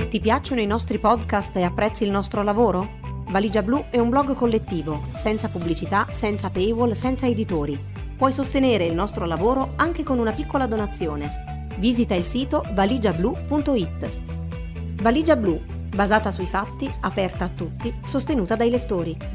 Ti piacciono i nostri podcast e apprezzi il nostro lavoro? Valigia Blu è un blog collettivo, senza pubblicità, senza paywall, senza editori. Puoi sostenere il nostro lavoro anche con una piccola donazione. Visita il sito valigiablu.it. Valigia Blu, basata sui fatti, aperta a tutti, sostenuta dai lettori.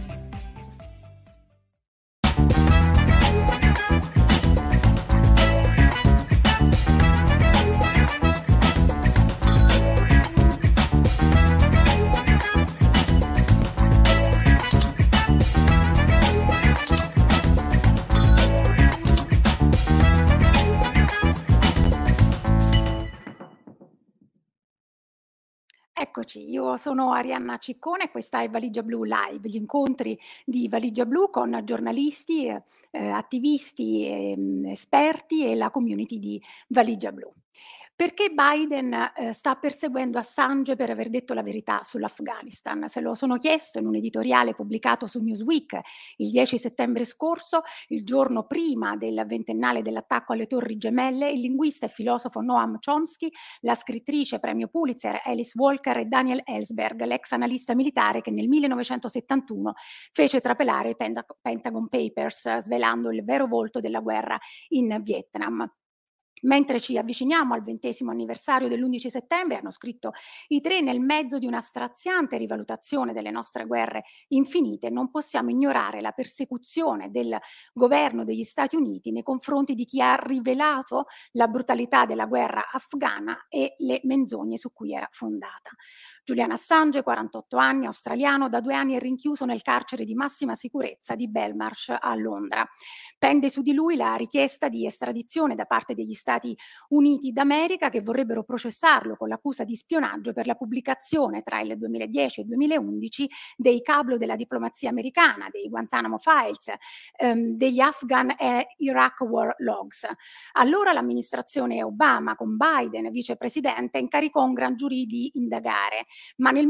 Eccoci, io sono Arianna Ciccone e questa è Valigia Blu Live, gli incontri di Valigia Blu con giornalisti, attivisti, esperti e la community di Valigia Blu. Perché Biden sta perseguendo Assange per aver detto la verità sull'Afghanistan? Se lo sono chiesto in un editoriale pubblicato su Newsweek il 10 settembre scorso, il giorno prima del ventennale dell'attacco alle Torri Gemelle, il linguista e filosofo Noam Chomsky, la scrittrice premio Pulitzer Alice Walker e Daniel Ellsberg, l'ex analista militare che nel 1971 fece trapelare i Pentagon Papers, svelando il vero volto della guerra in Vietnam. Mentre ci avviciniamo al 20° anniversario dell'11 settembre, hanno scritto i tre, nel mezzo di una straziante rivalutazione delle nostre guerre infinite, non possiamo ignorare la persecuzione del governo degli Stati Uniti nei confronti di chi ha rivelato la brutalità della guerra afghana e le menzogne su cui era fondata. Julian Assange, 48 anni, australiano, da 2 anni è rinchiuso nel carcere di massima sicurezza di Belmarsh a Londra. Pende su di lui la richiesta di estradizione da parte degli Stati Uniti d'America, che vorrebbero processarlo con l'accusa di spionaggio per la pubblicazione tra il 2010 e il 2011 dei cablo della diplomazia americana, dei Guantanamo Files, degli Afghan e Iraq War Logs. Allora l'amministrazione Obama, con Biden vicepresidente, incaricò un gran giurì di indagare, ma nel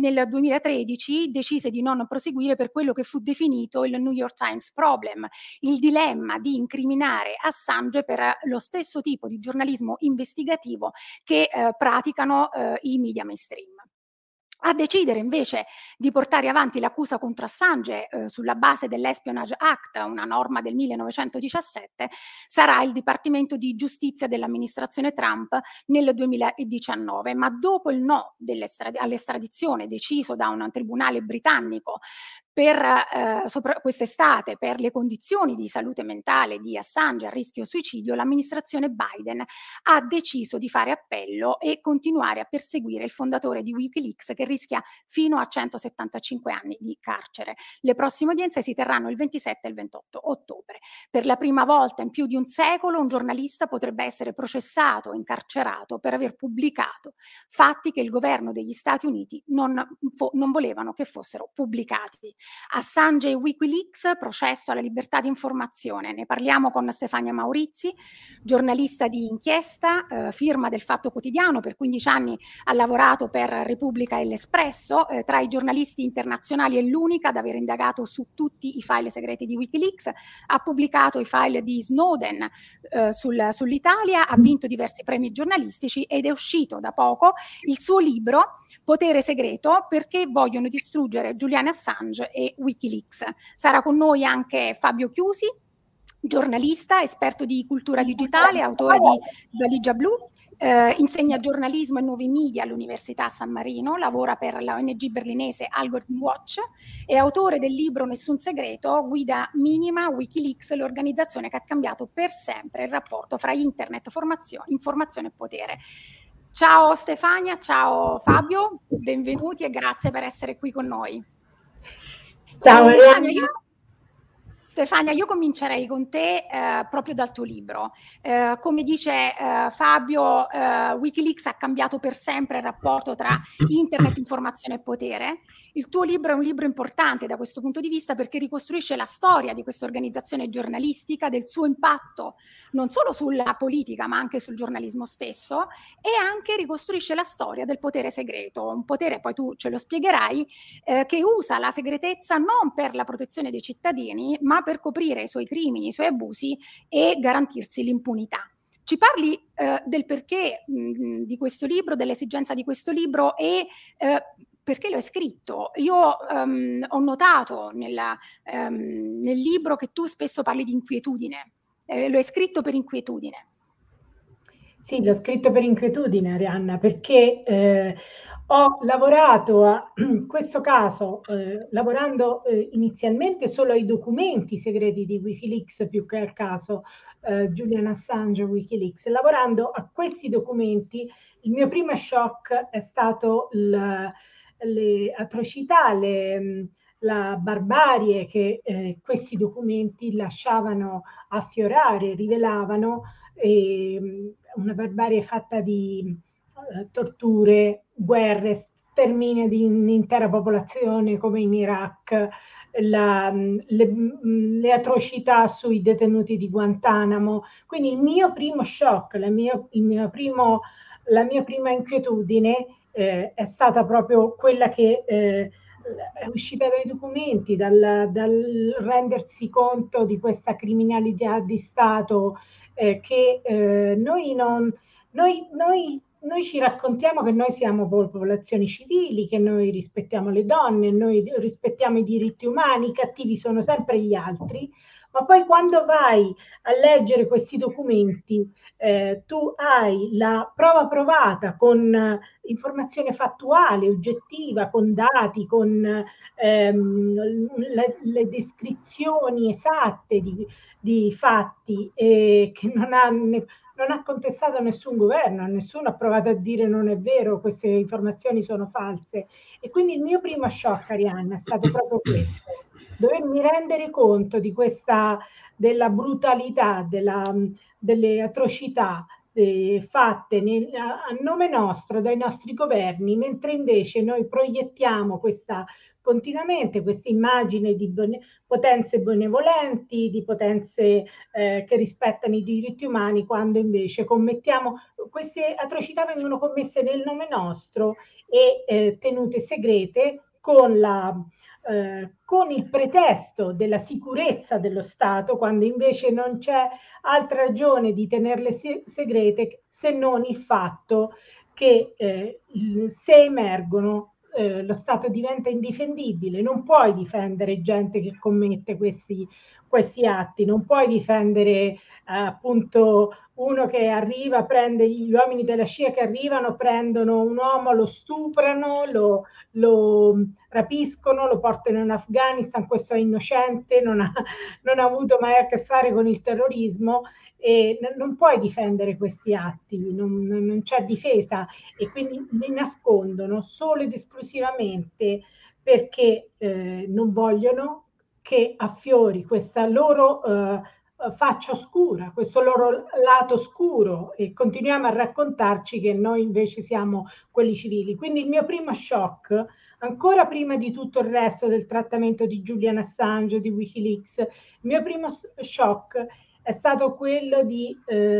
2013 decise di non proseguire per quello che fu definito il New York Times Problem, il dilemma di incriminare Assange per lo stesso tipo di giornalismo investigativo che praticano i media mainstream. A decidere invece di portare avanti l'accusa contro Assange sulla base dell'Espionage Act, una norma del 1917, sarà il Dipartimento di Giustizia dell'amministrazione Trump nel 2019, ma dopo il no all'estradizione deciso da un tribunale britannico per quest'estate, per le condizioni di salute mentale di Assange a rischio suicidio, l'amministrazione Biden ha deciso di fare appello e continuare a perseguire il fondatore di Wikileaks, che rischia fino a 175 anni di carcere. Le prossime udienze si terranno il 27 e il 28 ottobre. Per la prima volta in più di un secolo un giornalista potrebbe essere processato o incarcerato per aver pubblicato fatti che il governo degli Stati Uniti non volevano che fossero pubblicati. Assange e Wikileaks, processo alla libertà di informazione. Ne parliamo con Stefania Maurizi, giornalista di inchiesta, firma del Fatto Quotidiano, per 15 anni ha lavorato per Repubblica e l'Espresso, tra i giornalisti internazionali è l'unica ad aver indagato su tutti i file segreti di Wikileaks, ha pubblicato i file di Snowden sull'Italia, ha vinto diversi premi giornalistici ed è uscito da poco il suo libro Potere segreto, perché vogliono distruggere Julian Assange e Wikileaks. Sarà con noi anche Fabio Chiusi, giornalista, esperto di cultura digitale, autore di Valigia Blu, insegna giornalismo e nuovi media all'Università San Marino, lavora per la ONG berlinese Algorithm Watch, è autore del libro Nessun segreto, guida minima Wikileaks, l'organizzazione che ha cambiato per sempre il rapporto fra internet, informazione e potere. Ciao Stefania, ciao Fabio, benvenuti e grazie per essere qui con noi. Ciao Stefania, io comincerei con te proprio dal tuo libro. Come dice Fabio, Wikileaks ha cambiato per sempre il rapporto tra internet, informazione e potere. Il tuo libro è un libro importante da questo punto di vista perché ricostruisce la storia di questa organizzazione giornalistica, del suo impatto non solo sulla politica ma anche sul giornalismo stesso, e anche ricostruisce la storia del potere segreto, un potere, poi tu ce lo spiegherai, che usa la segretezza non per la protezione dei cittadini ma per coprire i suoi crimini, i suoi abusi e garantirsi l'impunità. ci parli del perché di questo libro, dell'esigenza di questo libro e perché lo hai scritto. Io ho notato nel libro che tu spesso parli di inquietudine, lo hai scritto per inquietudine. Sì, l'ho scritto per inquietudine, Arianna, perché ho lavorato in questo caso, lavorando inizialmente solo ai documenti segreti di Wikileaks più che al caso Julian Assange Wikileaks. Lavorando a questi documenti, il mio primo shock è stato le atrocità, la barbarie che questi documenti lasciavano affiorare, rivelavano, una barbarie fatta di torture, guerre, sterminio di un'intera popolazione come in Iraq, le atrocità sui detenuti di Guantanamo. Quindi il mio primo shock, la mia prima inquietudine è stata proprio quella che è uscita dai documenti, dal rendersi conto di questa criminalità di Stato che noi ci raccontiamo che noi siamo popolazioni civili, che noi rispettiamo le donne, noi rispettiamo i diritti umani, i cattivi sono sempre gli altri, ma poi quando vai a leggere questi documenti tu hai la prova provata con informazione fattuale, oggettiva, con dati, con le descrizioni esatte di fatti che non ha contestato nessun governo, nessuno ha provato a dire non è vero, queste informazioni sono false. E quindi il mio primo shock, Arianna, è stato proprio questo, dovermi rendere conto di della brutalità, delle atrocità fatte a nome nostro dai nostri governi, mentre invece noi proiettiamo continuamente questa immagine di potenze benevolenti, di potenze che rispettano i diritti umani, quando invece queste atrocità vengono commesse nel nome nostro e tenute segrete con il pretesto della sicurezza dello Stato, quando invece non c'è altra ragione di tenerle segrete se non il fatto che se emergono lo Stato diventa indifendibile. Non puoi difendere gente che commette questi atti, non puoi difendere appunto uno che arriva, prende gli uomini della scia che arrivano, prendono un uomo, lo stuprano, lo rapiscono, lo portano in Afghanistan, questo è innocente, non ha avuto mai a che fare con il terrorismo e non puoi difendere questi atti, non c'è difesa e quindi li nascondono solo ed esclusivamente perché non vogliono che affiori questa loro faccia oscura, questo loro lato oscuro e continuiamo a raccontarci che noi invece siamo quelli civili. Quindi il mio primo shock, ancora prima di tutto il resto del trattamento di Julian Assange, di Wikileaks, il mio primo shock è stato quello di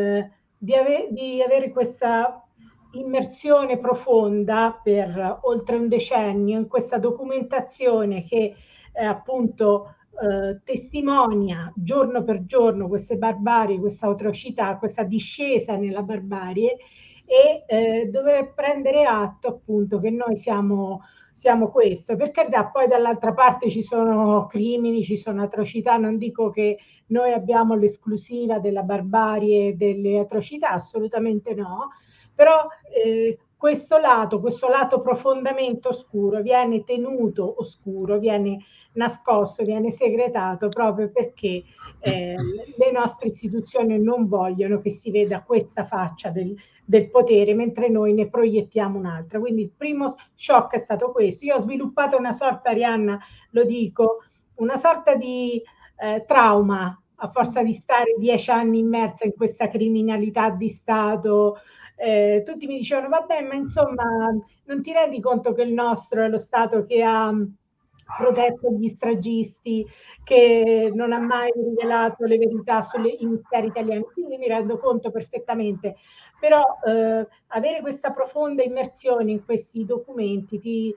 avere questa immersione profonda per oltre un decennio in questa documentazione che appunto testimonia giorno per giorno queste barbarie, questa atrocità, questa discesa nella barbarie e dover prendere atto appunto che noi siamo questo. Per carità, poi dall'altra parte ci sono crimini, ci sono atrocità, non dico che noi abbiamo l'esclusiva della barbarie e delle atrocità, assolutamente no, però questo lato profondamente oscuro viene tenuto oscuro, viene nascosto, viene segretato proprio perché le nostre istituzioni non vogliono che si veda questa faccia del potere, mentre noi ne proiettiamo un'altra. Quindi il primo shock è stato questo. Io ho sviluppato una sorta, Arianna, lo dico, una sorta di trauma a forza di stare 10 anni immersa in questa criminalità di Stato. Tutti mi dicevano, vabbè, ma insomma, non ti rendi conto che il nostro è lo Stato che ha protetto gli stragisti, che non ha mai rivelato le verità sui misteri italiani. Quindi mi rendo conto perfettamente, però avere questa profonda immersione in questi documenti ti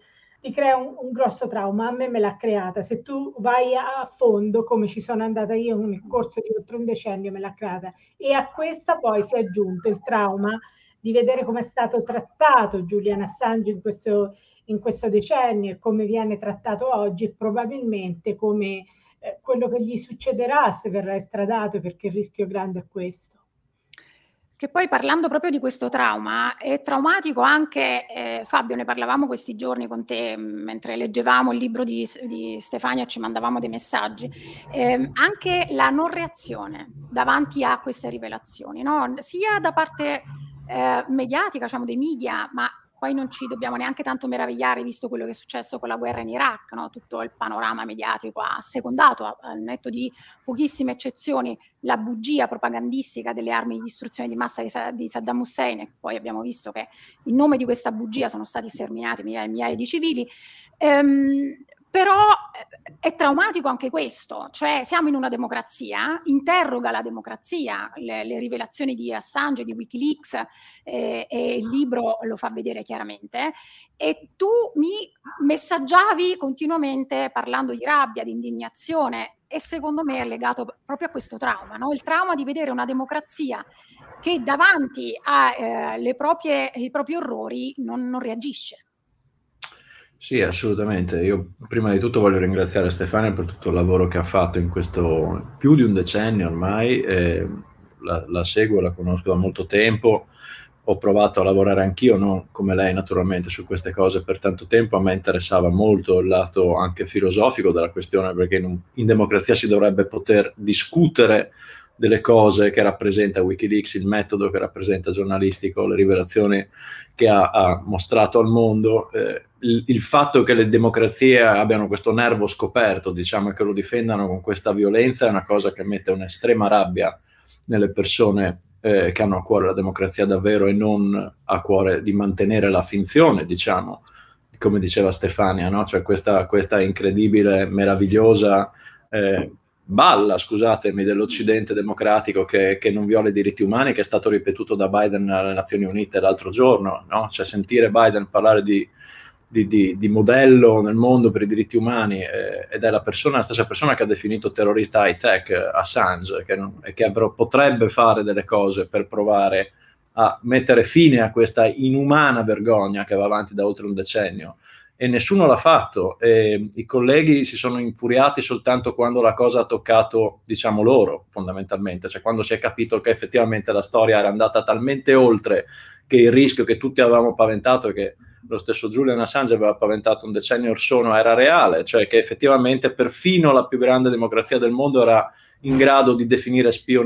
ti crea un grosso trauma. A me l'ha creata. Se tu vai a fondo, come ci sono andata io nel corso di oltre un decennio, me l'ha creata. E a questa poi si è aggiunto il trauma di vedere come è stato trattato Julian Assange in questo decennio e come viene trattato oggi, e probabilmente come quello che gli succederà se verrà estradato, perché il rischio grande è questo. Che poi, parlando proprio di questo trauma, è traumatico anche, Fabio, ne parlavamo questi giorni con te mentre leggevamo il libro di Stefania e ci mandavamo dei messaggi, anche la non reazione davanti a queste rivelazioni, no? Sia da parte mediatica, diciamo dei media, ma poi non ci dobbiamo neanche tanto meravigliare, visto quello che è successo con la guerra in Iraq, no? Tutto il panorama mediatico ha secondato, al netto di pochissime eccezioni, la bugia propagandistica delle armi di distruzione di massa di Saddam Hussein, e poi abbiamo visto che in nome di questa bugia sono stati sterminati migliaia e migliaia di civili. Però è traumatico anche questo, cioè siamo in una democrazia, interroga la democrazia, le rivelazioni di Assange, di Wikileaks, e il libro lo fa vedere chiaramente, e tu mi messaggiavi continuamente parlando di rabbia, di indignazione, e secondo me è legato proprio a questo trauma, no? Il trauma di vedere una democrazia che davanti ai propri orrori non reagisce. Sì, assolutamente. Io prima di tutto voglio ringraziare Stefania per tutto il lavoro che ha fatto in questo più di un decennio ormai. La seguo, la conosco da molto tempo. Ho provato a lavorare anch'io, non come lei naturalmente, su queste cose per tanto tempo. A me interessava molto il lato anche filosofico della questione, perché in democrazia si dovrebbe poter discutere delle cose che rappresenta Wikileaks, il metodo che rappresenta giornalistico, le rivelazioni che ha mostrato al mondo, il fatto che le democrazie abbiano questo nervo scoperto, diciamo, e che lo difendano con questa violenza, è una cosa che mette un'estrema rabbia nelle persone che hanno a cuore la democrazia davvero, e non a cuore di mantenere la finzione, diciamo, come diceva Stefania, no? Cioè questa incredibile, meravigliosa balla, scusatemi, dell'Occidente democratico che non viola i diritti umani, che è stato ripetuto da Biden alle Nazioni Unite l'altro giorno, no? Cioè sentire Biden parlare di modello nel mondo per i diritti umani, ed è la stessa persona che ha definito terrorista high-tech Assange, che potrebbe fare delle cose per provare a mettere fine a questa inumana vergogna che va avanti da oltre un decennio. E nessuno l'ha fatto, e i colleghi si sono infuriati soltanto quando la cosa ha toccato, diciamo, loro, fondamentalmente, cioè quando si è capito che effettivamente la storia era andata talmente oltre che il rischio che tutti avevamo paventato, che lo stesso Julian Assange aveva paventato un decennio or sono, era reale, cioè che effettivamente perfino la più grande democrazia del mondo era in grado di definire spia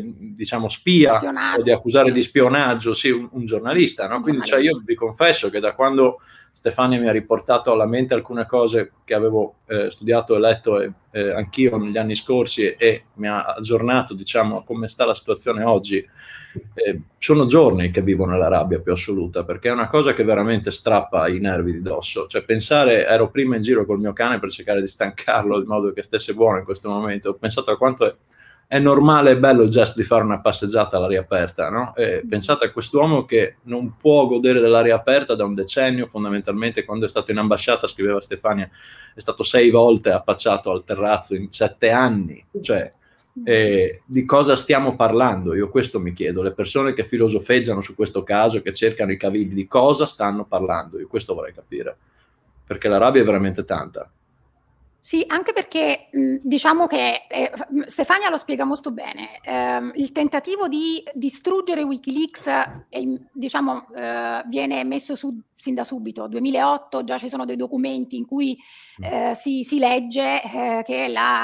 o di accusare di spionaggio un giornalista, no? Quindi cioè, io vi confesso che da quando Stefania mi ha riportato alla mente alcune cose che avevo studiato e letto anch'io negli anni scorsi, e mi ha aggiornato, diciamo, a come sta la situazione oggi, sono giorni che vivo nella rabbia più assoluta, perché è una cosa che veramente strappa i nervi di dosso. Cioè pensare, ero prima in giro col mio cane per cercare di stancarlo in modo che stesse buono in questo momento, ho pensato a quanto è normale e bello il gesto di fare una passeggiata all'aria aperta, no? Pensate a quest'uomo che non può godere dell'aria aperta da un decennio, fondamentalmente. Quando è stato in ambasciata, scriveva Stefania, è stato 6 volte affacciato al terrazzo in 7 anni, cioè di cosa stiamo parlando? Io questo mi chiedo, le persone che filosofeggiano su questo caso, che cercano i cavilli, di cosa stanno parlando? Io questo vorrei capire, perché la rabbia è veramente tanta. Sì, anche perché diciamo che Stefania lo spiega molto bene, il tentativo di distruggere Wikileaks diciamo, viene messo su sin da subito. 2008 già ci sono dei documenti in cui si legge che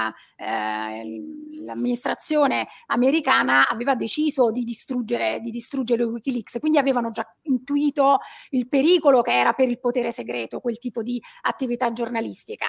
l'amministrazione americana aveva deciso di distruggere Wikileaks, quindi avevano già intuito il pericolo che era per il potere segreto quel tipo di attività giornalistica.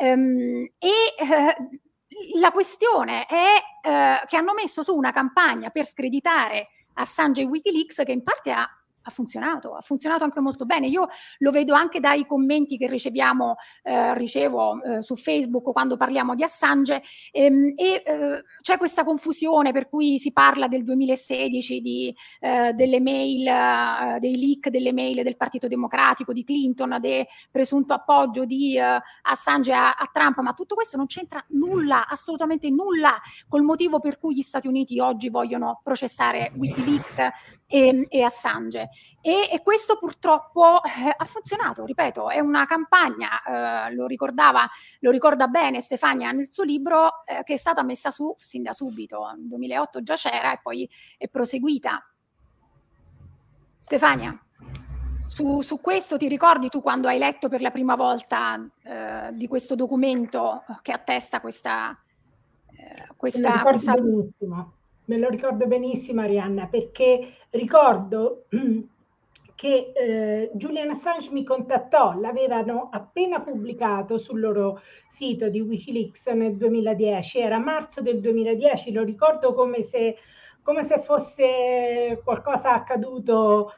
La questione è che hanno messo su una campagna per screditare Assange e Wikileaks, che in parte ha ha funzionato anche molto bene. Io lo vedo anche dai commenti che ricevo su Facebook quando parliamo di Assange, c'è questa confusione per cui si parla del 2016 delle mail, dei leak delle mail del Partito Democratico, di Clinton, del presunto appoggio di Assange a Trump, ma tutto questo non c'entra nulla, assolutamente nulla, col motivo per cui gli Stati Uniti oggi vogliono processare Wikileaks e Assange. E questo purtroppo ha funzionato, ripeto, è una campagna, lo ricorda bene Stefania nel suo libro, che è stata messa su sin da subito, nel 2008 già c'era e poi è proseguita. Stefania, su questo ti ricordi tu quando hai letto per la prima volta di questo documento che attesta questa benissimo. Me lo ricordo benissimo, Arianna, perché ricordo che Julian Assange mi contattò, l'avevano appena pubblicato sul loro sito di Wikileaks nel 2010, era marzo del 2010, lo ricordo come se fosse qualcosa accaduto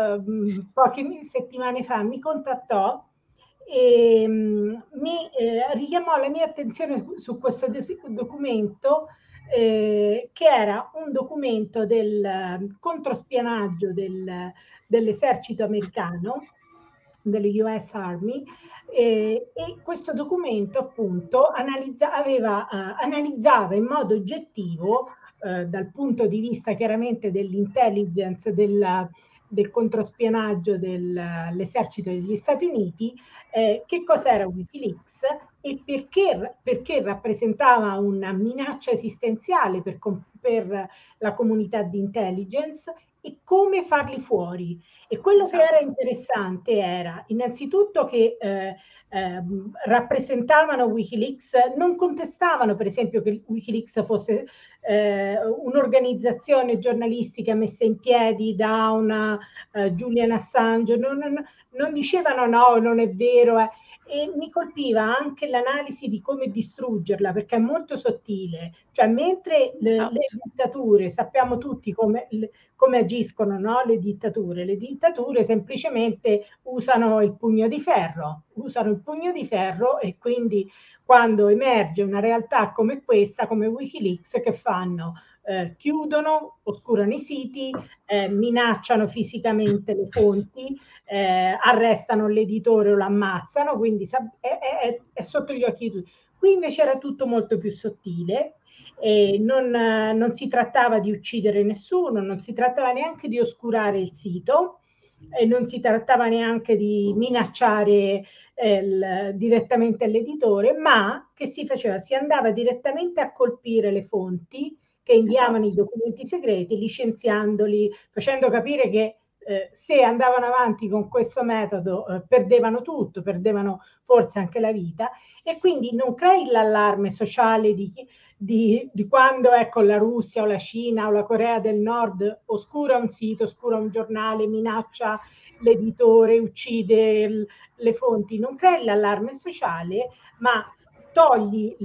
poche settimane fa. Mi contattò e mi richiamò la mia attenzione su questo documento, che era un documento del controspionaggio dell'esercito americano, delle US Army, e questo documento appunto analizzava in modo oggettivo, dal punto di vista chiaramente dell'intelligence, del controspionaggio dell'esercito degli Stati Uniti, che cos'era Wikileaks e perché rappresentava una minaccia esistenziale per la comunità di intelligence e come farli fuori. E quello che era interessante era innanzitutto che rappresentavano Wikileaks, non contestavano per esempio che Wikileaks fosse un'organizzazione giornalistica messa in piedi da una Julian Assange, non dicevano no, non è vero, e mi colpiva anche l'analisi di come distruggerla, perché è molto sottile, cioè mentre le dittature, sappiamo tutti come agiscono, no? Le dittature semplicemente usano il pugno di ferro e quindi quando emerge una realtà come questa, come Wikileaks, che fanno? Chiudono, oscurano i siti, minacciano fisicamente le fonti, arrestano l'editore o lo ammazzano, quindi è sotto gli occhi di tutti. Qui invece era tutto molto più sottile, non si trattava di uccidere nessuno, non si trattava neanche di oscurare il sito, e non si trattava neanche di minacciare direttamente l'editore, ma che si faceva? Si andava direttamente a colpire le fonti che inviavano i documenti segreti, licenziandoli, facendo capire che se andavano avanti con questo metodo perdevano tutto, perdevano forse anche la vita, e quindi non crei l'allarme sociale di quando ecco, la Russia o la Cina o la Corea del Nord oscura un sito, oscura un giornale, minaccia l'editore, uccide le fonti. Non crei l'allarme sociale, ma togli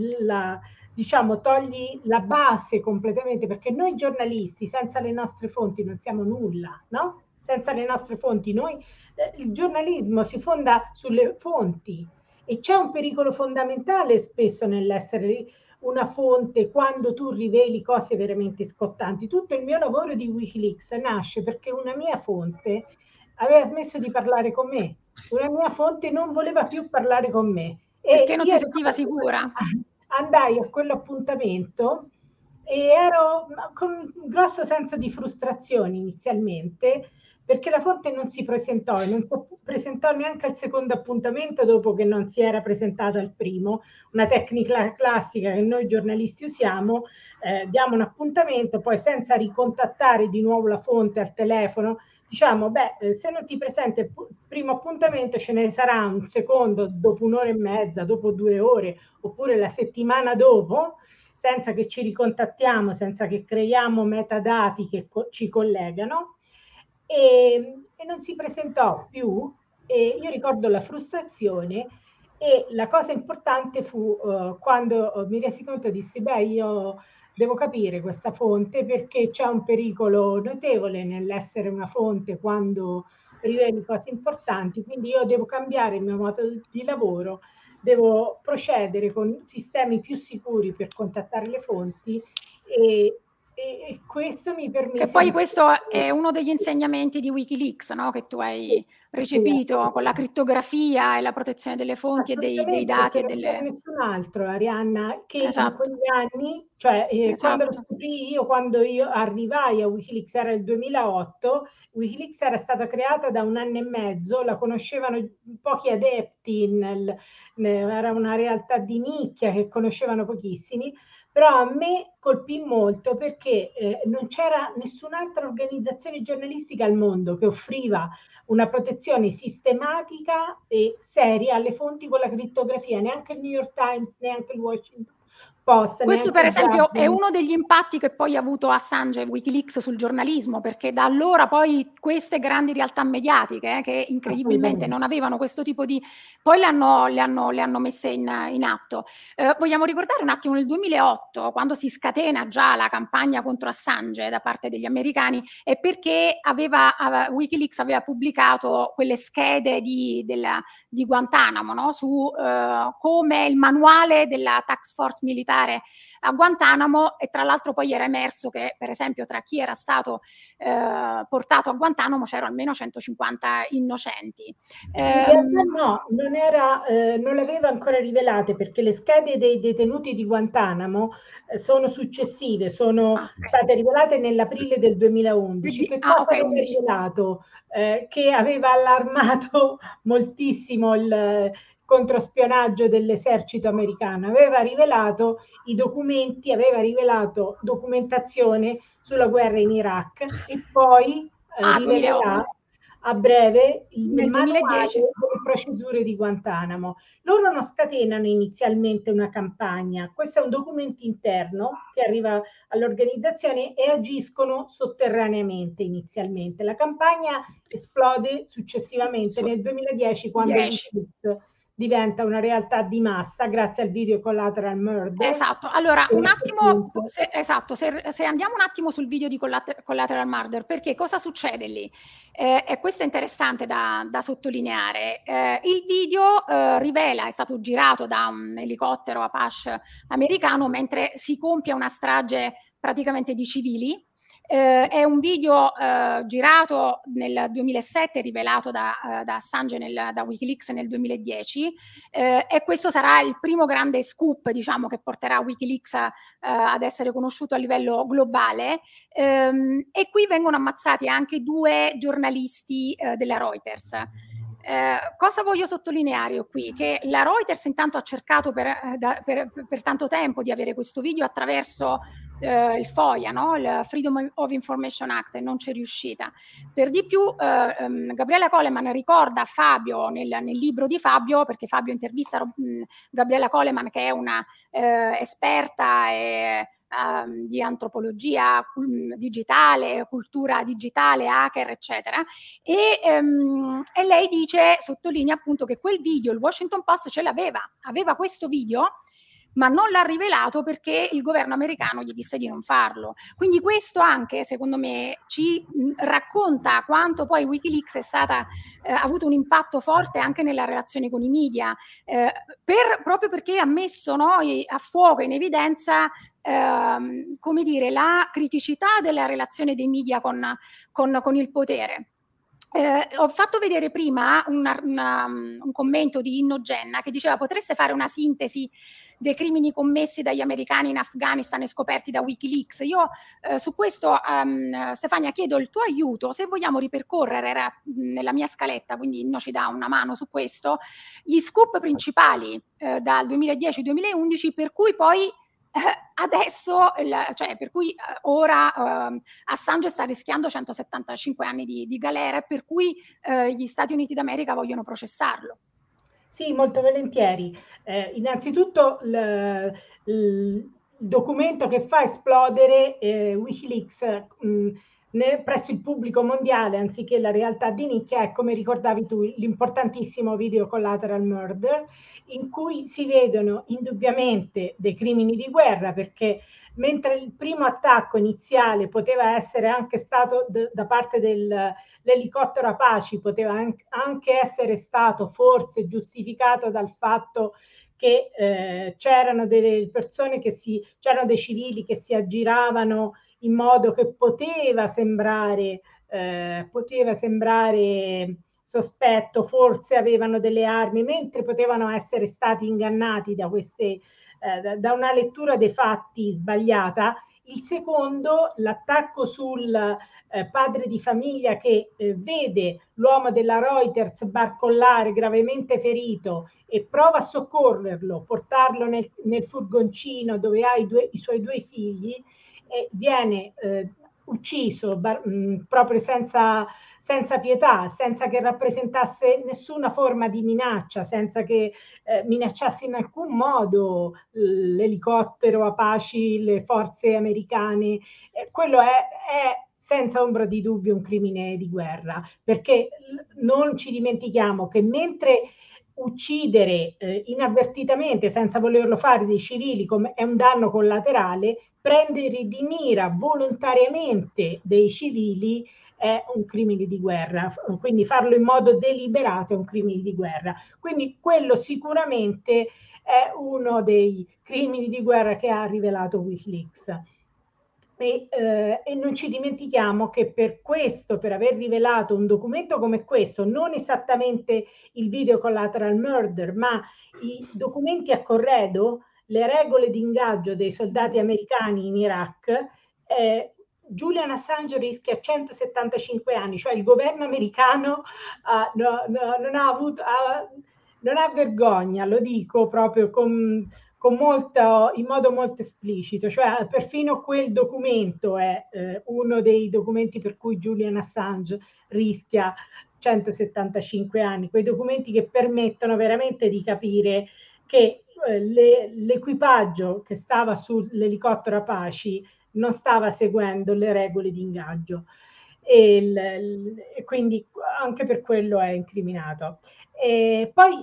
la base completamente, perché noi giornalisti senza le nostre fonti non siamo nulla, no? Senza le nostre fonti il giornalismo si fonda sulle fonti e c'è un pericolo fondamentale spesso nell'essere una fonte quando tu riveli cose veramente scottanti. Tutto il mio lavoro di Wikileaks nasce perché una mia fonte aveva smesso di parlare con me, una mia fonte non voleva più parlare con me. Perché non si sentiva sicura? Andai a quell'appuntamento e ero con un grosso senso di frustrazione inizialmente, perché la fonte non si presentò e non si presentò neanche al secondo appuntamento dopo che non si era presentata al primo, una tecnica classica che noi giornalisti usiamo, diamo un appuntamento, poi senza ricontattare di nuovo la fonte al telefono, diciamo, se non ti presenti il primo appuntamento ce ne sarà un secondo dopo un'ora e mezza, dopo 2 ore, oppure la settimana dopo, senza che ci ricontattiamo, senza che creiamo metadati che ci collegano. E non si presentò più, e io ricordo la frustrazione, e la cosa importante fu quando mi resi conto, dissi, io devo capire questa fonte perché c'è un pericolo notevole nell'essere una fonte quando riveli cose importanti, quindi io devo cambiare il mio modo di lavoro, devo procedere con sistemi più sicuri per contattare le fonti e questo mi Che permise poi di... questo è uno degli insegnamenti di Wikileaks, no? Che tu hai recepito con la crittografia e la protezione delle fonti e dei dati e non c'era delle... nessun altro, Arianna, che in Esatto, quegli anni, cioè quando lo esatto. scoprì io, quando io arrivai a Wikileaks, era il 2008, Wikileaks era stata creata da 1 anno e mezzo, la conoscevano pochi adepti, era una realtà di nicchia che conoscevano pochissimi, però a me colpì molto perché non c'era nessun'altra organizzazione giornalistica al mondo che offriva una protezione sistematica e seria alle fonti con la crittografia, neanche il New York Times, neanche il Washington Post, Questo neanche per il esempio è Guardian. uno degli impatti che poi ha avuto Assange e Wikileaks sul giornalismo, perché da allora poi queste grandi realtà mediatiche che incredibilmente non avevano questo tipo di... poi le hanno messe in atto. Vogliamo ricordare un attimo nel 2008, quando si scatena già la campagna contro Assange da parte degli americani, è perché Wikileaks aveva pubblicato quelle schede di Guantanamo, no? Su come il manuale della task force militare a Guantanamo, e tra l'altro poi era emerso che per esempio tra chi era stato portato a Guantanamo c'erano almeno 150 innocenti. In realtà no, non le aveva ancora rivelate perché le schede dei detenuti di Guantanamo sono successive, sono state rivelate nell'aprile del 2011. Che cosa aveva rivelato? Che aveva allarmato moltissimo il controspionaggio dell'esercito americano, aveva rivelato i documenti, aveva rivelato documentazione sulla guerra in Iraq e poi rivelerà a breve il manuale delle procedure di Guantanamo. Loro non scatenano inizialmente una campagna, questo è un documento interno che arriva all'organizzazione e agiscono sotterraneamente inizialmente. La campagna esplode successivamente nel 2010 quando Wikileaks diventa una realtà di massa grazie al video Collateral Murder. Esatto, allora un attimo, se andiamo un attimo sul video di Collateral Murder, perché cosa succede lì? E questo è interessante da sottolineare. Il video rivela, è stato girato da un elicottero Apache americano mentre si compie una strage praticamente di civili. È un video girato nel 2007, rivelato da Assange da Wikileaks nel 2010 e questo sarà il primo grande scoop, diciamo, che porterà Wikileaks ad essere conosciuto a livello globale, e qui vengono ammazzati anche 2 giornalisti della Reuters. Cosa voglio sottolineare io qui? Che la Reuters intanto ha cercato per tanto tempo di avere questo video attraverso il FOIA, no? Il Freedom of Information Act, e non c'è riuscita. Per di più Gabriella Coleman ricorda Fabio nel libro di Fabio, perché Fabio intervista Gabriella Coleman, che è una esperta di antropologia digitale, cultura digitale, hacker, eccetera, e lei sottolinea appunto che quel video il Washington Post ce l'aveva, aveva questo video, ma non l'ha rivelato perché il governo americano gli disse di non farlo. Quindi questo anche, secondo me, ci racconta quanto poi Wikileaks ha avuto un impatto forte anche nella relazione con i media, proprio perché ha messo a fuoco, in evidenza, come dire, la criticità della relazione dei media con il potere. Ho fatto vedere prima un commento di Inno Genna che diceva: potreste fare una sintesi dei crimini commessi dagli americani in Afghanistan e scoperti da Wikileaks? Io su questo, Stefania, chiedo il tuo aiuto. Se vogliamo ripercorrere, era nella mia scaletta, quindi Inno ci dà una mano su questo, gli scoop principali dal 2010-2011 per cui poi adesso, per cui ora Assange sta rischiando 175 anni di galera, per cui gli Stati Uniti d'America vogliono processarlo. Sì, molto volentieri. Innanzitutto il documento che fa esplodere Wikileaks presso il pubblico mondiale, anziché la realtà di nicchia, è, come ricordavi tu, l'importantissimo video Collateral Murder, in cui si vedono indubbiamente dei crimini di guerra, perché mentre il primo attacco iniziale poteva essere anche stato da parte dell'elicottero Apache, poteva anche essere stato forse giustificato dal fatto che c'erano delle persone c'erano dei civili che si aggiravano in modo che poteva sembrare sospetto, forse avevano delle armi, mentre potevano essere stati ingannati da una lettura dei fatti sbagliata. Il secondo, l'attacco sul padre di famiglia che vede l'uomo della Reuters barcollare gravemente ferito e prova a soccorrerlo, portarlo nel furgoncino dove ha i suoi 2 figli, e viene ucciso proprio senza pietà, senza che rappresentasse nessuna forma di minaccia, senza che minacciasse in alcun modo l'elicottero Apache, le forze americane. Quello è senza ombra di dubbio un crimine di guerra, perché non ci dimentichiamo che mentre uccidere inavvertitamente, senza volerlo fare, dei civili è un danno collaterale, prendere di mira volontariamente dei civili è un crimine di guerra, quindi farlo in modo deliberato è un crimine di guerra. Quindi quello sicuramente è uno dei crimini di guerra che ha rivelato WikiLeaks. E non ci dimentichiamo che per aver rivelato un documento come questo, non esattamente il video collateral murder, ma i documenti a corredo, le regole di ingaggio dei soldati americani in Iraq, Julian Assange rischia 175 anni, cioè il governo americano non ha vergogna, lo dico proprio in modo molto esplicito, cioè perfino quel documento è uno dei documenti per cui Julian Assange rischia 175 anni, quei documenti che permettono veramente di capire che l'equipaggio che stava sull'elicottero Apache non stava seguendo le regole di ingaggio e quindi anche per quello è incriminato. Poi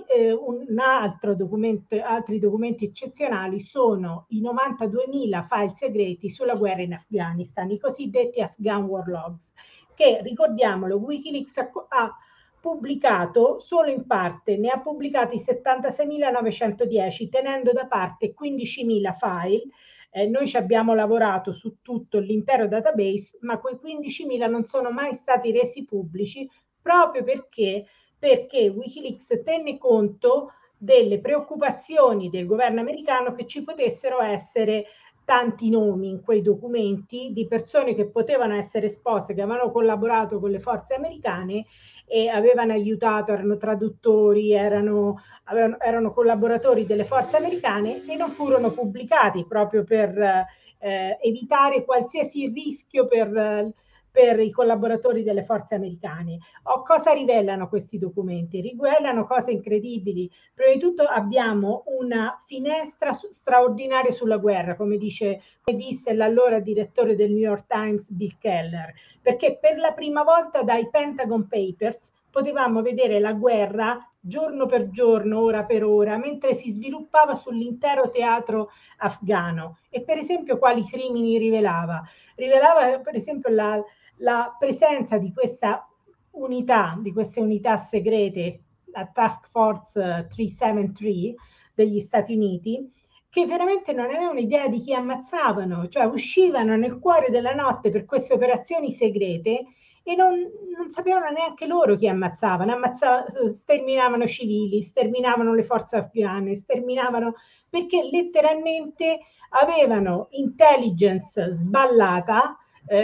altri documenti eccezionali sono i 92.000 file segreti sulla guerra in Afghanistan, i cosiddetti Afghan War Logs, che, ricordiamolo, WikiLeaks ha pubblicato solo in parte, ne ha pubblicati 76.910, tenendo da parte 15.000 file. Noi ci abbiamo lavorato su tutto l'intero database, ma quei 15.000 non sono mai stati resi pubblici proprio perché WikiLeaks tenne conto delle preoccupazioni del governo americano che ci potessero essere tanti nomi in quei documenti di persone che potevano essere esposte, che avevano collaborato con le forze americane e avevano aiutato, erano traduttori, erano collaboratori delle forze americane e non furono pubblicati proprio per evitare qualsiasi rischio per i collaboratori delle forze americane. Cosa rivelano questi documenti? Rivelano cose incredibili. Prima di tutto abbiamo una finestra straordinaria sulla guerra, come disse l'allora direttore del New York Times Bill Keller, perché per la prima volta dai Pentagon Papers potevamo vedere la guerra giorno per giorno, ora per ora, mentre si sviluppava sull'intero teatro afghano. E per esempio quali crimini rivelava? Rivelava per esempio la presenza di queste unità segrete, la Task Force 373 degli Stati Uniti, che veramente non avevano idea di chi ammazzavano, cioè uscivano nel cuore della notte per queste operazioni segrete e non sapevano neanche loro chi ammazzavano, sterminavano civili, sterminavano le forze afghane, perché letteralmente avevano intelligence sballata,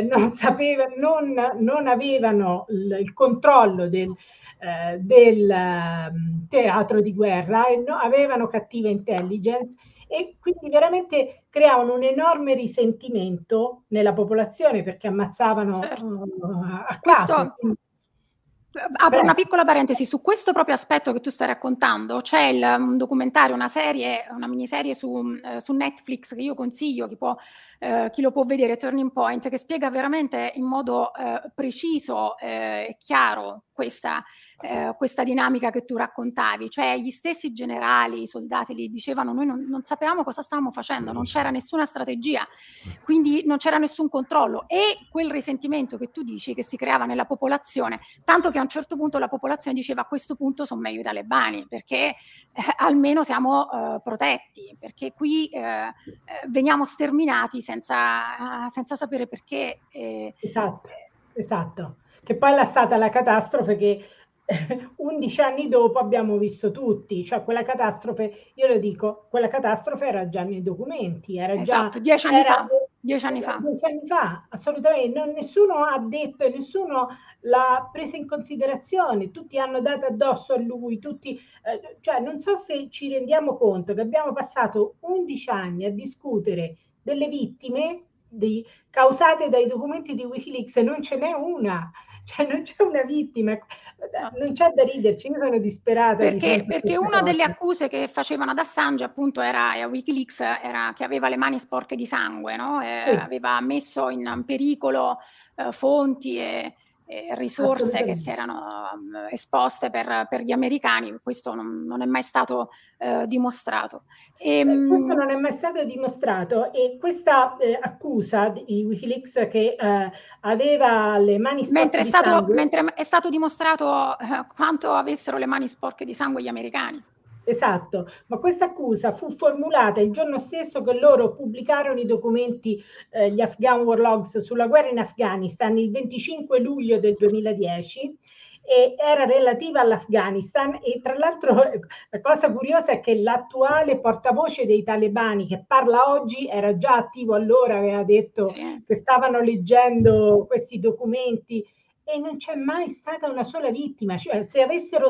non avevano il controllo del teatro di guerra e avevano cattiva intelligence e quindi veramente creavano un enorme risentimento nella popolazione perché ammazzavano a caso. Apro una piccola parentesi su questo proprio aspetto che tu stai raccontando. C'è un documentario, una miniserie su Netflix che io consiglio, chi può chi lo può vedere, Turning Point, che spiega veramente in modo preciso e chiaro questa dinamica che tu raccontavi, cioè gli stessi generali, i soldati lì dicevano noi non sapevamo cosa stavamo facendo, non c'era nessuna strategia, quindi non c'era nessun controllo, e quel risentimento che tu dici che si creava nella popolazione, tanto che a un certo punto la popolazione diceva a questo punto sono meglio i talebani, perché almeno siamo protetti, perché qui veniamo sterminati senza sapere perché. Esatto. Che poi è stata la catastrofe che 11 anni dopo abbiamo visto tutti, cioè quella catastrofe, io lo dico, quella catastrofe era già nei documenti, era esatto, già 10 anni fa. 10 anni fa, assolutamente, nessuno ha detto e nessuno l'ha presa in considerazione, tutti hanno dato addosso a lui, tutti, cioè non so se ci rendiamo conto che abbiamo passato 11 anni a discutere delle vittime causate dai documenti di Wikileaks e non ce n'è una, cioè non c'è una vittima, esatto. Non c'è da riderci, io sono disperata perché una delle accuse che facevano ad Assange appunto era a Wikileaks era che aveva le mani sporche di sangue, no? Aveva messo in pericolo fonti e risorse che si erano esposte per gli americani. Questo non è mai stato dimostrato. Questo non è mai stato dimostrato, e questa accusa di Wikileaks che aveva le mani sporche di sangue, mentre è stato dimostrato quanto avessero le mani sporche di sangue gli americani. Esatto, ma questa accusa fu formulata il giorno stesso che loro pubblicarono i documenti, gli Afghan War Logs sulla guerra in Afghanistan, il 25 luglio del 2010, e era relativa all'Afghanistan. E tra l'altro la cosa curiosa è che l'attuale portavoce dei talebani che parla oggi era già attivo allora, aveva detto che stavano leggendo questi documenti, e non c'è mai stata una sola vittima, cioè se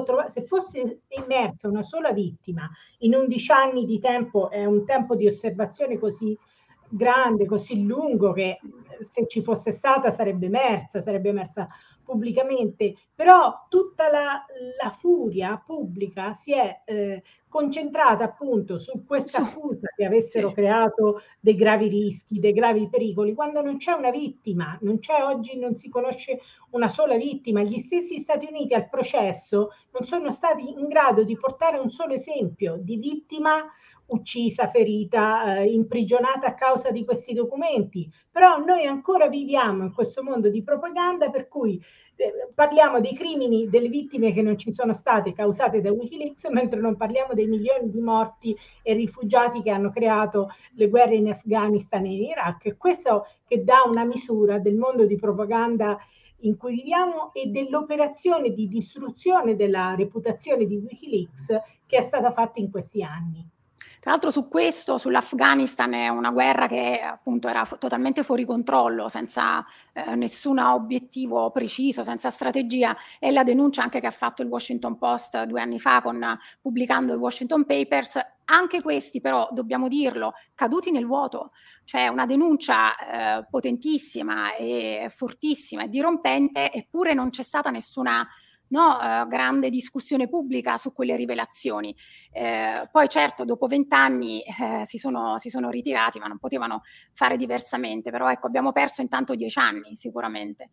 fosse emersa una sola vittima in 11 anni di tempo, è un tempo di osservazione così grande, così lungo, che se ci fosse stata sarebbe emersa pubblicamente, però tutta la furia pubblica si è concentrata appunto su questa accusa che avessero creato dei gravi rischi, dei gravi pericoli, quando non c'è una vittima, oggi non si conosce una sola vittima. Gli stessi Stati Uniti al processo non sono stati in grado di portare un solo esempio di vittima uccisa, ferita, imprigionata a causa di questi documenti. Però noi ancora viviamo in questo mondo di propaganda per cui parliamo dei crimini, delle vittime che non ci sono state causate da Wikileaks, mentre non parliamo dei milioni di morti e rifugiati che hanno creato le guerre in Afghanistan e in Iraq. Questo che dà una misura del mondo di propaganda in cui viviamo e dell'operazione di distruzione della reputazione di Wikileaks che è stata fatta in questi anni. Tra l'altro su questo, sull'Afghanistan, è una guerra che appunto era totalmente fuori controllo, senza nessun obiettivo preciso, senza strategia, e la denuncia anche che ha fatto il Washington Post 2 anni fa pubblicando i Washington Papers. Anche questi però, dobbiamo dirlo, caduti nel vuoto, cioè una denuncia potentissima e fortissima e dirompente, eppure non c'è stata nessuna grande discussione pubblica su quelle rivelazioni. Poi certo dopo 20 anni si sono ritirati, ma non potevano fare diversamente, però ecco, abbiamo perso intanto 10 anni sicuramente.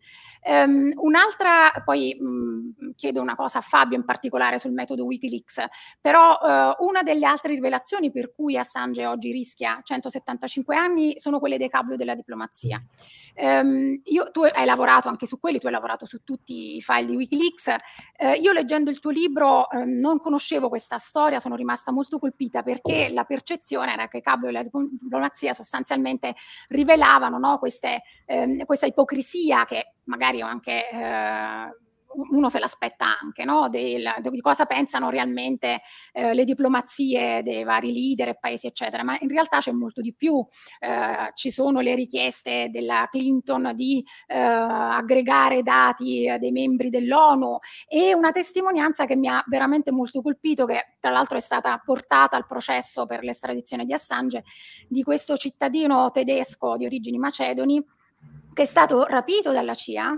Un'altra, poi chiedo una cosa a Fabio in particolare sul metodo Wikileaks, però una delle altre rivelazioni per cui Assange oggi rischia 175 anni sono quelle dei cablu della diplomazia. Tu hai lavorato anche su quelli, tu hai lavorato su tutti i file di Wikileaks. Io leggendo il tuo libro non conoscevo questa storia, sono rimasta molto colpita perché la percezione era che i cablu della diplomazia sostanzialmente rivelavano questa ipocrisia che magari anche uno se l'aspetta anche, di cosa pensano realmente le diplomazie dei vari leader e paesi eccetera, ma in realtà c'è molto di più. Ci sono le richieste della Clinton di aggregare dati dei membri dell'ONU, e una testimonianza che mi ha veramente molto colpito, che tra l'altro è stata portata al processo per l'estradizione di Assange, di questo cittadino tedesco di origini macedoni che è stato rapito dalla CIA,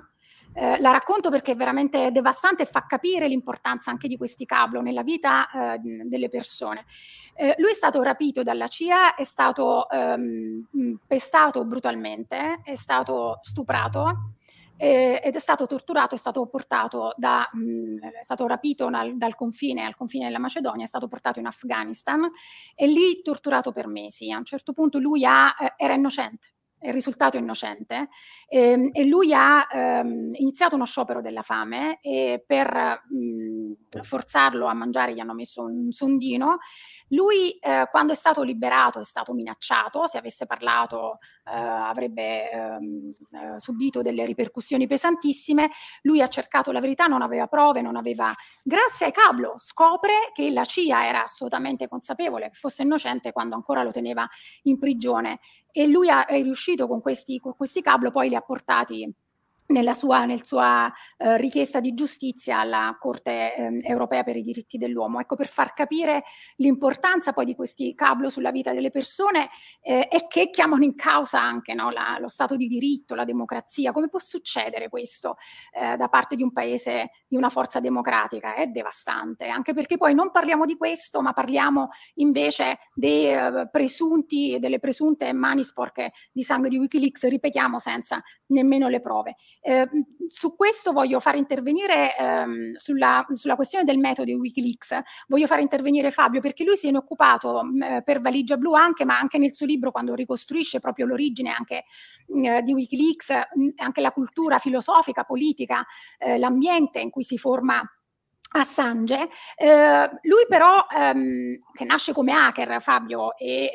La racconto perché è veramente devastante e fa capire l'importanza anche di questi cablo nella vita delle persone. Lui è stato rapito dalla CIA, è stato pestato brutalmente, è stato stuprato ed è stato torturato, è stato portato è stato rapito dal confine al confine della Macedonia, è stato portato in Afghanistan e lì torturato per mesi. A un certo punto lui era innocente, è risultato innocente, e lui ha iniziato uno sciopero della fame e per forzarlo a mangiare gli hanno messo un sondino. Lui quando è stato liberato è stato minacciato, se avesse parlato avrebbe subito delle ripercussioni pesantissime. Lui ha cercato la verità, non aveva prove, grazie ai cablo scopre che la CIA era assolutamente consapevole che fosse innocente quando ancora lo teneva in prigione, e lui è riuscito con questi cablo, poi li ha portati nella sua richiesta di giustizia alla Corte europea per i diritti dell'uomo. Ecco, per far capire l'importanza poi di questi cablo sulla vita delle persone e che chiamano in causa anche, no, lo Stato di diritto, la democrazia. Come può succedere questo da parte di un paese, di una forza democratica? È devastante, anche perché poi non parliamo di questo, ma parliamo invece delle presunte mani sporche di sangue di Wikileaks, ripetiamo, senza nemmeno le prove. Su questo voglio far intervenire, sulla questione del metodo di Wikileaks, voglio far intervenire Fabio, perché lui si è occupato per Valigia Blu ma anche nel suo libro, quando ricostruisce proprio l'origine anche di Wikileaks, anche la cultura filosofica, politica, l'ambiente in cui si forma Assange. Lui però, che nasce come hacker, Fabio, e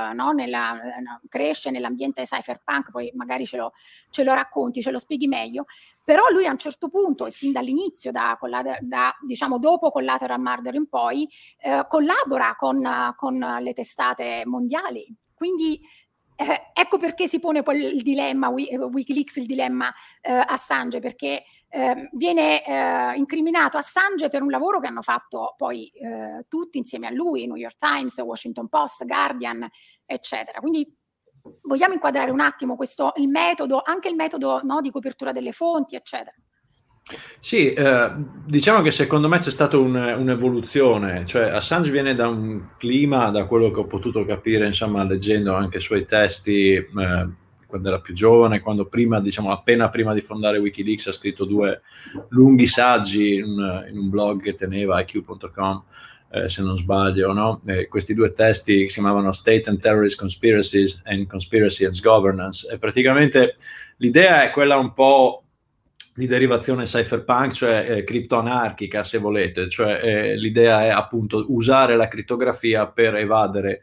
cresce nell'ambiente cypherpunk, poi magari ce lo racconti, ce lo spieghi meglio, però lui a un certo punto, e sin dall'inizio, diciamo dopo Collateral Murder in poi, collabora con le testate mondiali. Quindi ecco perché si pone poi il dilemma Wikileaks, il dilemma Assange, perché viene incriminato Assange per un lavoro che hanno fatto poi tutti insieme a lui, New York Times, Washington Post, Guardian, eccetera. Quindi vogliamo inquadrare un attimo il metodo, anche il metodo, no, di copertura delle fonti, eccetera. Sì, diciamo che secondo me c'è stata un'evoluzione, cioè Assange viene da un clima, da quello che ho potuto capire, insomma, leggendo anche i suoi testi quando era più giovane, quando prima, diciamo, appena prima di fondare Wikileaks ha scritto 2 lunghi saggi in un blog che teneva, iq.com, se non sbaglio, no? Questi 2 testi si chiamavano State and Terrorist Conspiracies and Conspiracy and Governance, e praticamente l'idea è quella un po' di derivazione cypherpunk, cioè criptoanarchica, se volete, cioè l'idea è appunto usare la crittografia per evadere,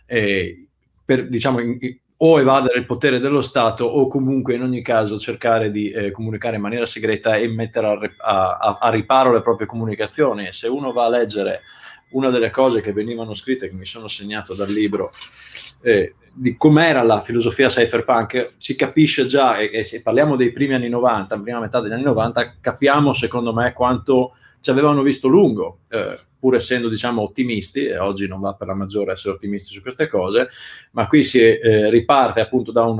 diciamo, o evadere il potere dello Stato, o comunque in ogni caso cercare di comunicare in maniera segreta e mettere a riparo le proprie comunicazioni. E se uno va a leggere una delle cose che venivano scritte, che mi sono segnato dal libro, di com'era la filosofia cypherpunk, si capisce già, e se parliamo dei primi anni 90, prima metà degli anni 90, capiamo secondo me quanto ci avevano visto lungo, pur essendo, diciamo, ottimisti, e oggi non va per la maggiore essere ottimisti su queste cose, ma qui si riparte appunto da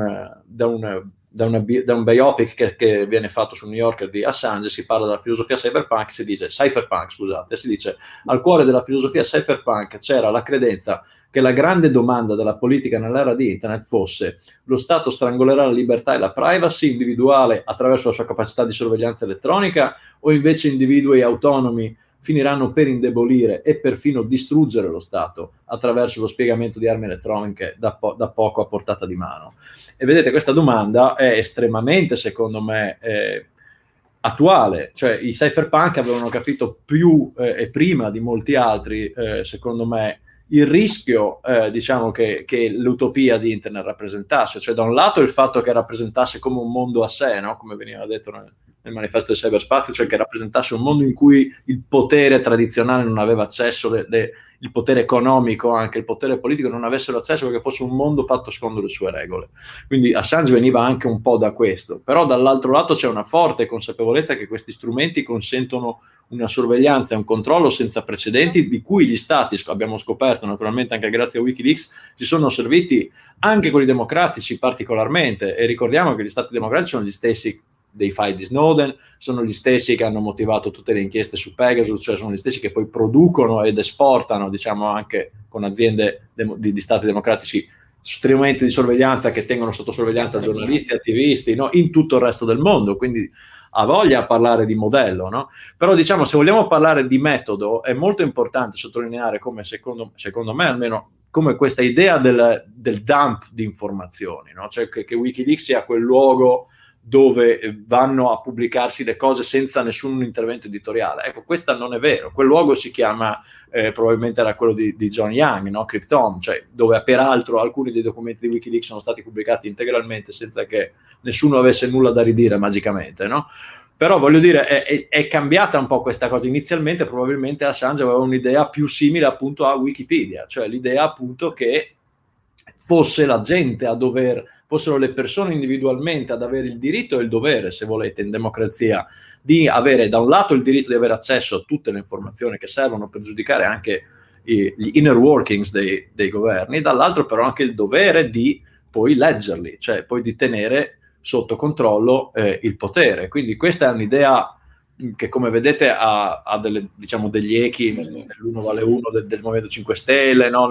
un biopic che viene fatto sul New Yorker di Assange. Si parla della filosofia cypherpunk, si dice al cuore della filosofia cypherpunk c'era la credenza che la grande domanda della politica nell'era di Internet fosse: lo Stato strangolerà la libertà e la privacy individuale attraverso la sua capacità di sorveglianza elettronica, o invece individui autonomi finiranno per indebolire e perfino distruggere lo Stato attraverso lo spiegamento di armi elettroniche da poco a portata di mano? E vedete, questa domanda è estremamente, secondo me, attuale. Cioè, i cypherpunk avevano capito più e prima di molti altri, secondo me, il rischio, diciamo, che l'utopia di Internet rappresentasse. Cioè, da un lato il fatto che rappresentasse come un mondo a sé, no? Come veniva detto nel manifesto del cyberspazio, cioè che rappresentasse un mondo in cui il potere tradizionale non aveva accesso, il potere economico, anche il potere politico non avessero accesso, perché fosse un mondo fatto secondo le sue regole. Quindi Assange veniva anche un po' da questo. Però dall'altro lato c'è una forte consapevolezza che questi strumenti consentono una sorveglianza e un controllo senza precedenti, di cui gli stati, abbiamo scoperto naturalmente anche grazie a Wikileaks, si sono serviti, anche quelli democratici particolarmente. E ricordiamo che gli stati democratici sono gli stessi dei file di Snowden, sono gli stessi che hanno motivato tutte le inchieste su Pegasus, cioè sono gli stessi che poi producono ed esportano, diciamo, anche con aziende di stati democratici, strumenti di sorveglianza che tengono sotto sorveglianza giornalisti, attivisti, no? In tutto il resto del mondo, quindi ha voglia a parlare di modello, no? Però diciamo, se vogliamo parlare di metodo, è molto importante sottolineare come, secondo me almeno, come questa idea del dump di informazioni, no? Cioè che Wikileaks sia quel luogo dove vanno a pubblicarsi le cose senza nessun intervento editoriale. Ecco, questo non è vero. Quel luogo si chiama, probabilmente era quello di John Young, no? Cryptome, cioè dove peraltro alcuni dei documenti di Wikileaks sono stati pubblicati integralmente senza che nessuno avesse nulla da ridire magicamente, no? Però voglio dire, è cambiata un po' questa cosa. Inizialmente probabilmente Assange aveva un'idea più simile appunto a Wikipedia, cioè l'idea appunto che fosse la gente fossero le persone individualmente ad avere il diritto e il dovere, se volete, in democrazia, di avere da un lato il diritto di avere accesso a tutte le informazioni che servono per giudicare anche gli inner workings dei governi, dall'altro però anche il dovere di poi leggerli, cioè poi di tenere sotto controllo il potere. Quindi questa è un'idea che, come vedete, ha diciamo degli echi nell'uno vale uno del Movimento 5 Stelle, no?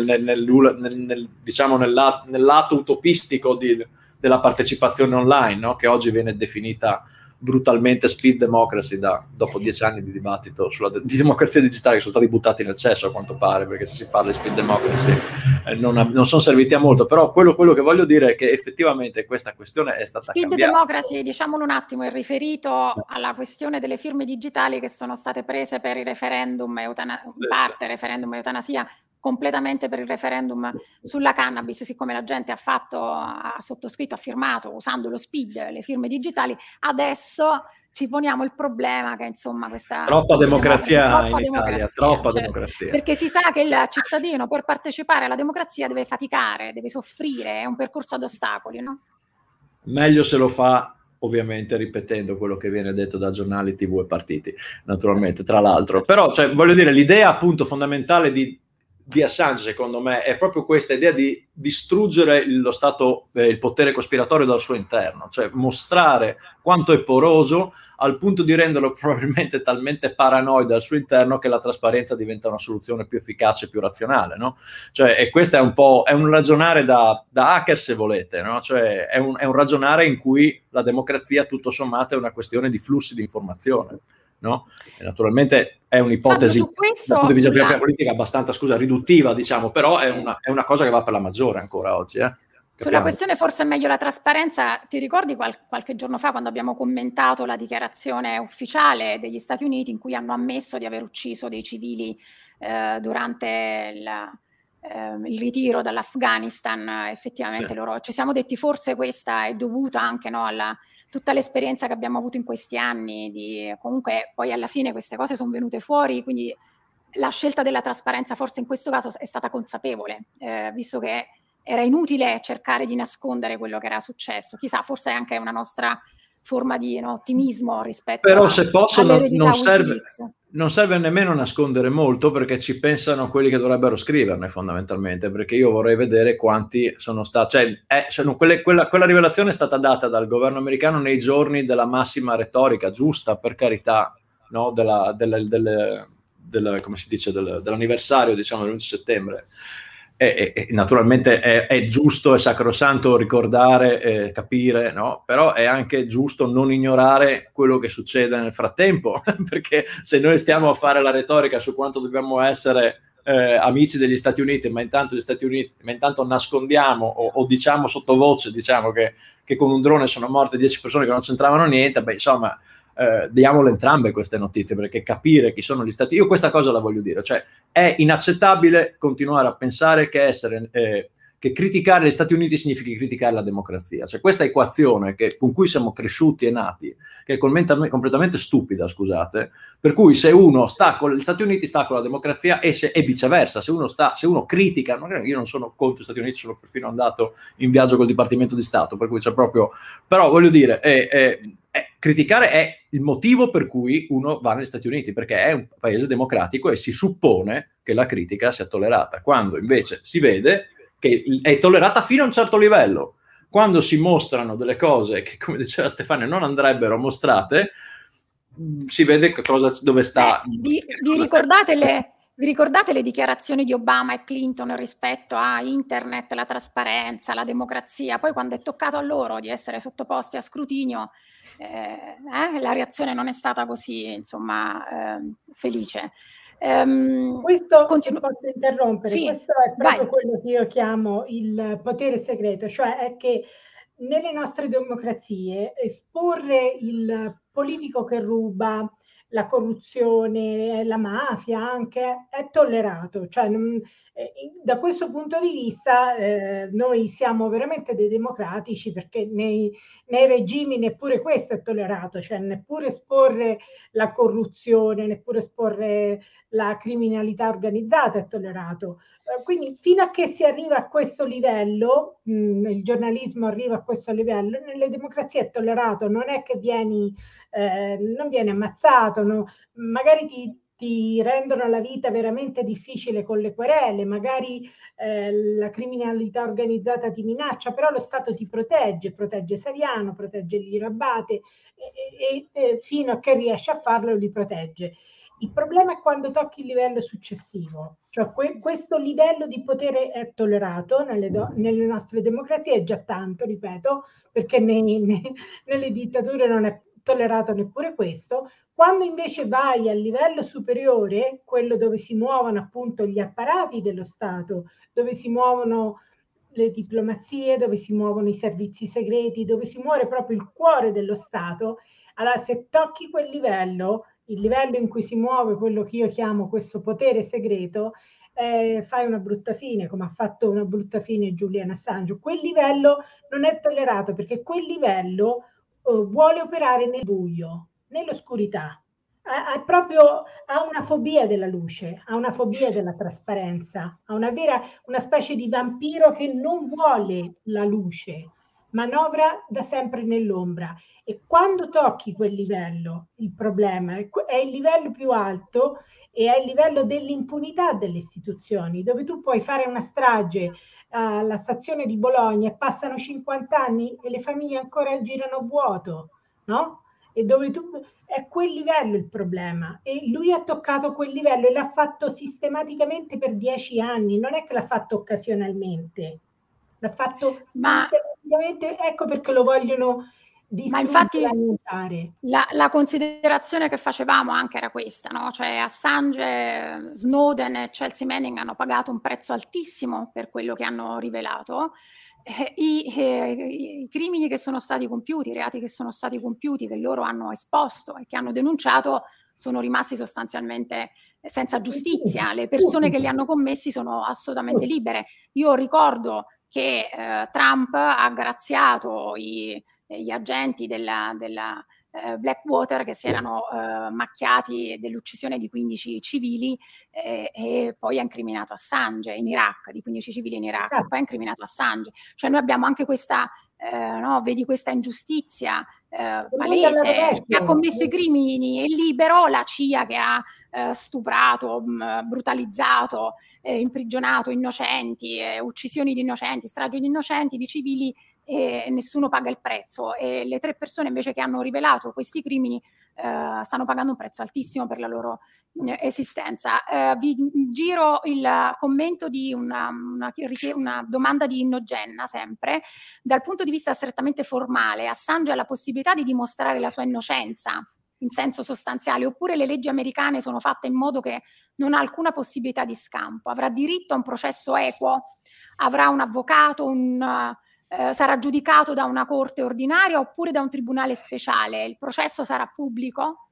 Diciamo nel lato utopistico della partecipazione online, no? Che oggi viene definita brutalmente speed democracy dopo 10 anni di dibattito di democrazia digitale che sono stati buttati nel cesso a quanto pare, perché se si parla di speed democracy non sono serviti a molto. Però quello che voglio dire è che effettivamente questa questione è stata cambiata. Speed democracy, diciamolo un attimo, è riferito alla questione delle firme digitali che sono state prese per il referendum referendum e eutanasia, completamente per il referendum sulla cannabis. Siccome la gente ha sottoscritto, ha firmato usando lo speed, le firme digitali, adesso ci poniamo il problema che insomma questa troppa democrazia in Italia, troppa democrazia. Perché si sa che il cittadino per partecipare alla democrazia deve faticare, deve soffrire, è un percorso ad ostacoli, no? Meglio se lo fa ovviamente ripetendo quello che viene detto da giornali, TV e partiti, naturalmente, tra l'altro. Però, cioè, voglio dire, l'idea appunto fondamentale di Assange, secondo me, è proprio questa idea di distruggere lo Stato, il potere cospiratorio dal suo interno, cioè mostrare quanto è poroso al punto di renderlo probabilmente talmente paranoide al suo interno che la trasparenza diventa una soluzione più efficace, più razionale, no? Cioè, e questo è un ragionare da hacker, se volete, no? Cioè, è un ragionare in cui la democrazia, tutto sommato, è una questione di flussi di informazione. No? E naturalmente è un'ipotesi dal punto di vista politica abbastanza riduttiva, diciamo, però è una cosa che va per la maggiore ancora oggi. Sulla questione forse è meglio la trasparenza. Ti ricordi qualche giorno fa, quando abbiamo commentato la dichiarazione ufficiale degli Stati Uniti in cui hanno ammesso di aver ucciso dei civili durante il ritiro dall'Afghanistan? Effettivamente loro ci siamo detti forse questa è dovuta anche, no, alla tutta l'esperienza che abbiamo avuto in questi anni, comunque poi alla fine queste cose sono venute fuori, quindi la scelta della trasparenza forse in questo caso è stata consapevole, visto che era inutile cercare di nascondere quello che era successo. Chissà, forse è anche una nostra forma di ottimismo rispetto però se posso Wikileaks. Non serve nemmeno nascondere molto, perché ci pensano quelli che dovrebbero scriverne fondamentalmente, perché io vorrei vedere quanti sono stati, quella rivelazione è stata data dal governo americano nei giorni della massima retorica, giusta, per carità, no? Come si dice, dell'anniversario, diciamo, dell'11 settembre. E naturalmente è giusto e sacrosanto ricordare, capire, no? Però è anche giusto non ignorare quello che succede nel frattempo, perché se noi stiamo a fare la retorica su quanto dobbiamo essere amici degli Stati Uniti, ma intanto nascondiamo o diciamo sottovoce, diciamo che con un drone sono morte 10 persone che non c'entravano niente, insomma, diamole entrambe queste notizie, perché capire chi sono gli Stati Uniti, io questa cosa la voglio dire, cioè è inaccettabile continuare a pensare che criticare gli Stati Uniti significhi criticare la democrazia, cioè questa equazione con cui siamo cresciuti e nati, che è completamente stupida, scusate, per cui se uno sta con gli Stati Uniti sta con la democrazia e viceversa, se uno critica, io non sono contro gli Stati Uniti, sono perfino andato in viaggio col Dipartimento di Stato, per cui c'è proprio, però voglio dire, criticare è il motivo per cui uno va negli Stati Uniti, perché è un paese democratico e si suppone che la critica sia tollerata, quando invece si vede che è tollerata fino a un certo livello, quando si mostrano delle cose che, come diceva Stefania, non andrebbero mostrate, si vede dove sta. Vi ricordate le dichiarazioni di Obama e Clinton rispetto a internet, la trasparenza, la democrazia? Poi quando è toccato a loro di essere sottoposti a scrutinio, la reazione non è stata così, insomma, felice. Questo, se posso interrompere, sì, questo è proprio vai. quello che io chiamo il potere segreto, cioè è che nelle nostre democrazie esporre il politico che ruba, la corruzione, la mafia anche, è tollerato. Cioè, da questo punto di vista noi siamo veramente dei democratici, perché nei regimi neppure questo è tollerato, cioè neppure esporre la corruzione, neppure esporre la criminalità organizzata è tollerato. Quindi fino a che si arriva a questo livello, il giornalismo arriva a questo livello, nelle democrazie è tollerato, non è che non vieni ammazzato, no? Magari ti rendono la vita veramente difficile con le querele, magari la criminalità organizzata ti minaccia, però lo Stato ti protegge Saviano, protegge Liro Abbate e fino a che riesce a farlo li protegge. Il problema è quando tocchi il livello successivo, cioè questo livello di potere è tollerato nelle nostre democrazie, è già tanto, ripeto, perché nelle dittature non è tollerato neppure questo. Quando invece vai al livello superiore, quello dove si muovono appunto gli apparati dello Stato, dove si muovono le diplomazie, dove si muovono i servizi segreti, dove si muove proprio il cuore dello Stato, allora se tocchi quel livello, il livello in cui si muove quello che io chiamo questo potere segreto, fai una brutta fine, come ha fatto una brutta fine Julian Assange. Quel livello non è tollerato, perché quel livello vuole operare nel buio, nell'oscurità. Ha una fobia della luce, ha una fobia della trasparenza, ha una specie di vampiro che non vuole la luce, manovra da sempre nell'ombra. E quando tocchi quel livello, il problema è il livello più alto, e è il livello dell'impunità delle istituzioni, dove tu puoi fare una strage alla stazione di Bologna e passano 50 anni e le famiglie ancora girano a vuoto, no? E dove è quel livello il problema, e lui ha toccato quel livello e l'ha fatto sistematicamente per 10 anni, non è che l'ha fatto occasionalmente, l'ha fatto sistematicamente, ecco perché lo vogliono ma infatti annientare. La considerazione che facevamo anche era questa, no? Cioè Assange, Snowden e Chelsea Manning hanno pagato un prezzo altissimo per quello che hanno rivelato. I crimini che sono stati compiuti, i reati che sono stati compiuti, che loro hanno esposto e che hanno denunciato, sono rimasti sostanzialmente senza giustizia. Le persone che li hanno commessi sono assolutamente libere. Io ricordo che Trump ha graziato gli agenti della Blackwater che si erano macchiati dell'uccisione di 15 civili e poi ha incriminato Assange in Iraq, di 15 civili in Iraq, esatto. E poi ha incriminato Assange. Cioè noi abbiamo anche questa, no, vedi questa ingiustizia palese, che ha commesso i crimini è libero, la CIA che ha stuprato, brutalizzato, imprigionato innocenti, uccisioni di innocenti, stragi di innocenti, di civili, e nessuno paga il prezzo, e le 3 persone invece che hanno rivelato questi crimini stanno pagando un prezzo altissimo per la loro esistenza. Vi giro il commento di una domanda di Innogenna, sempre. Dal punto di vista strettamente formale, Assange ha la possibilità di dimostrare la sua innocenza in senso sostanziale, oppure le leggi americane sono fatte in modo che non ha alcuna possibilità di scampo? Avrà diritto a un processo equo? Avrà un avvocato, sarà giudicato da una corte ordinaria oppure da un tribunale speciale? Il processo sarà pubblico?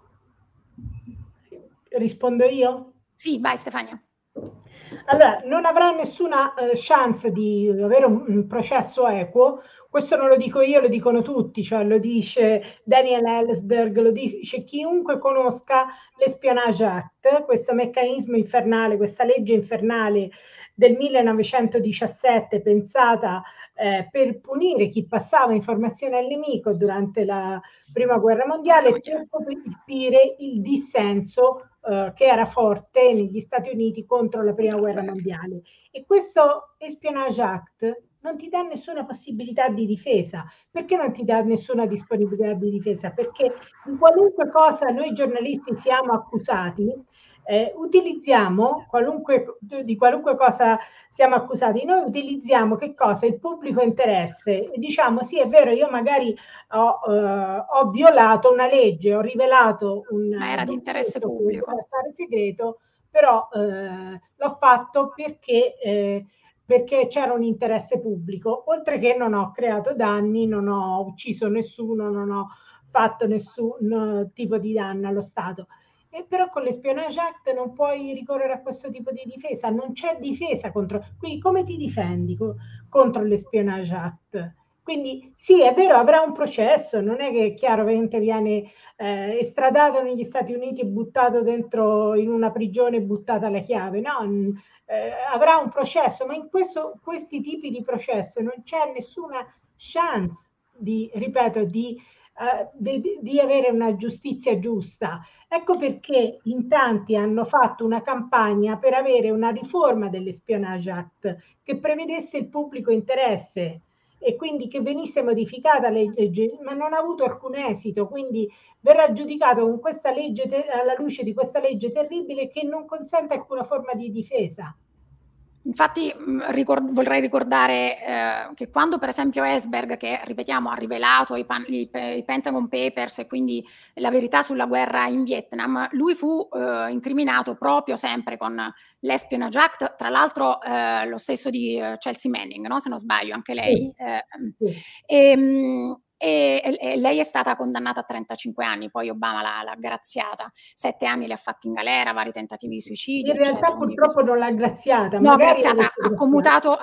Rispondo io? Sì, vai Stefania. Allora, non avrà nessuna chance di avere un processo equo. Questo non lo dico io, lo dicono tutti, cioè lo dice Daniel Ellsberg, lo dice chiunque conosca l'Espionage Act, questo meccanismo infernale, questa legge infernale del 1917 pensata per punire chi passava informazioni al nemico durante la Prima Guerra Mondiale, per colpire il dissenso che era forte negli Stati Uniti contro la Prima Guerra Mondiale. E questo Espionage Act non ti dà nessuna possibilità di difesa. Perché non ti dà nessuna disponibilità di difesa? Perché di qualunque cosa noi giornalisti siamo accusati, utilizziamo di qualunque cosa siamo accusati, noi utilizziamo che cosa? Il pubblico interesse, e diciamo sì, è vero, io magari ho violato una legge, ho rivelato Ma era di interesse pubblico, che doveva stare segreto, però l'ho fatto perché c'era un interesse pubblico, oltre che non ho creato danni, non ho ucciso nessuno, non ho fatto nessun tipo di danno allo Stato. E però con l'Espionage Act non puoi ricorrere a questo tipo di difesa, non c'è difesa contro. Quindi come ti difendi contro l'Espionage Act? Quindi sì, è vero, avrà un processo, non è che chiaramente viene estradato negli Stati Uniti e buttato dentro in una prigione e buttata la chiave, no? Avrà un processo, ma in questi tipi di processo non c'è nessuna chance ripeto, di avere una giustizia giusta. Ecco perché in tanti hanno fatto una campagna per avere una riforma dell'Espionage Act che prevedesse il pubblico interesse e quindi che venisse modificata la legge, ma non ha avuto alcun esito, quindi verrà giudicato con questa legge alla luce di questa legge terribile che non consente alcuna forma di difesa. Infatti vorrei ricordare che quando per esempio Ellsberg, che ripetiamo ha rivelato i Pentagon Papers e quindi la verità sulla guerra in Vietnam, lui fu incriminato proprio sempre con l'Espionage Act, tra l'altro lo stesso di Chelsea Manning, no? Se non sbaglio, anche lei. E lei è stata condannata a 35 anni, poi Obama l'ha graziata, 7 anni li ha fatti in galera, vari tentativi di suicidio. In realtà eccetera. Purtroppo non l'ha graziata. No, graziata, ha commutato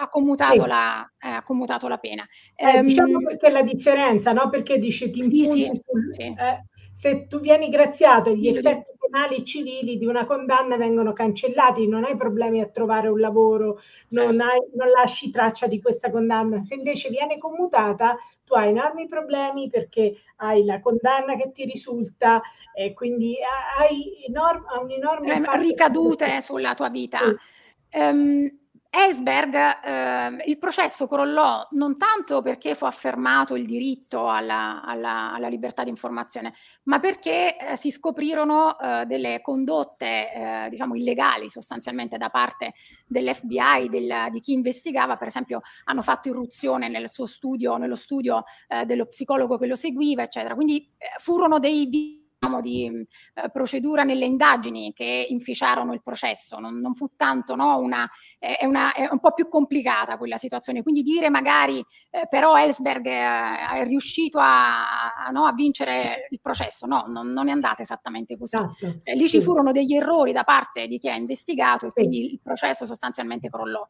la pena. Diciamo perché la differenza, no? Perché dici ti impunti se tu vieni graziato, gli effetti penali e civili di una condanna vengono cancellati, non hai problemi a trovare un lavoro, non lasci traccia di questa condanna. Se invece viene commutata, tu hai enormi problemi perché hai la condanna che ti risulta e quindi hai un'enorme ricadute sulla tua vita. Ellsberg, il processo crollò non tanto perché fu affermato il diritto alla libertà di informazione, ma perché si scoprirono delle condotte diciamo illegali sostanzialmente da parte dell'FBI, di chi investigava. Per esempio hanno fatto irruzione nello studio dello psicologo che lo seguiva, eccetera. Quindi furono di procedura nelle indagini che inficiarono il processo, non fu tanto, no, è un po' più complicata quella situazione, quindi dire magari però Ellsberg è riuscito a vincere il processo, no, non è andata esattamente così. Lì ci furono degli errori da parte di chi ha investigato e quindi il processo sostanzialmente crollò.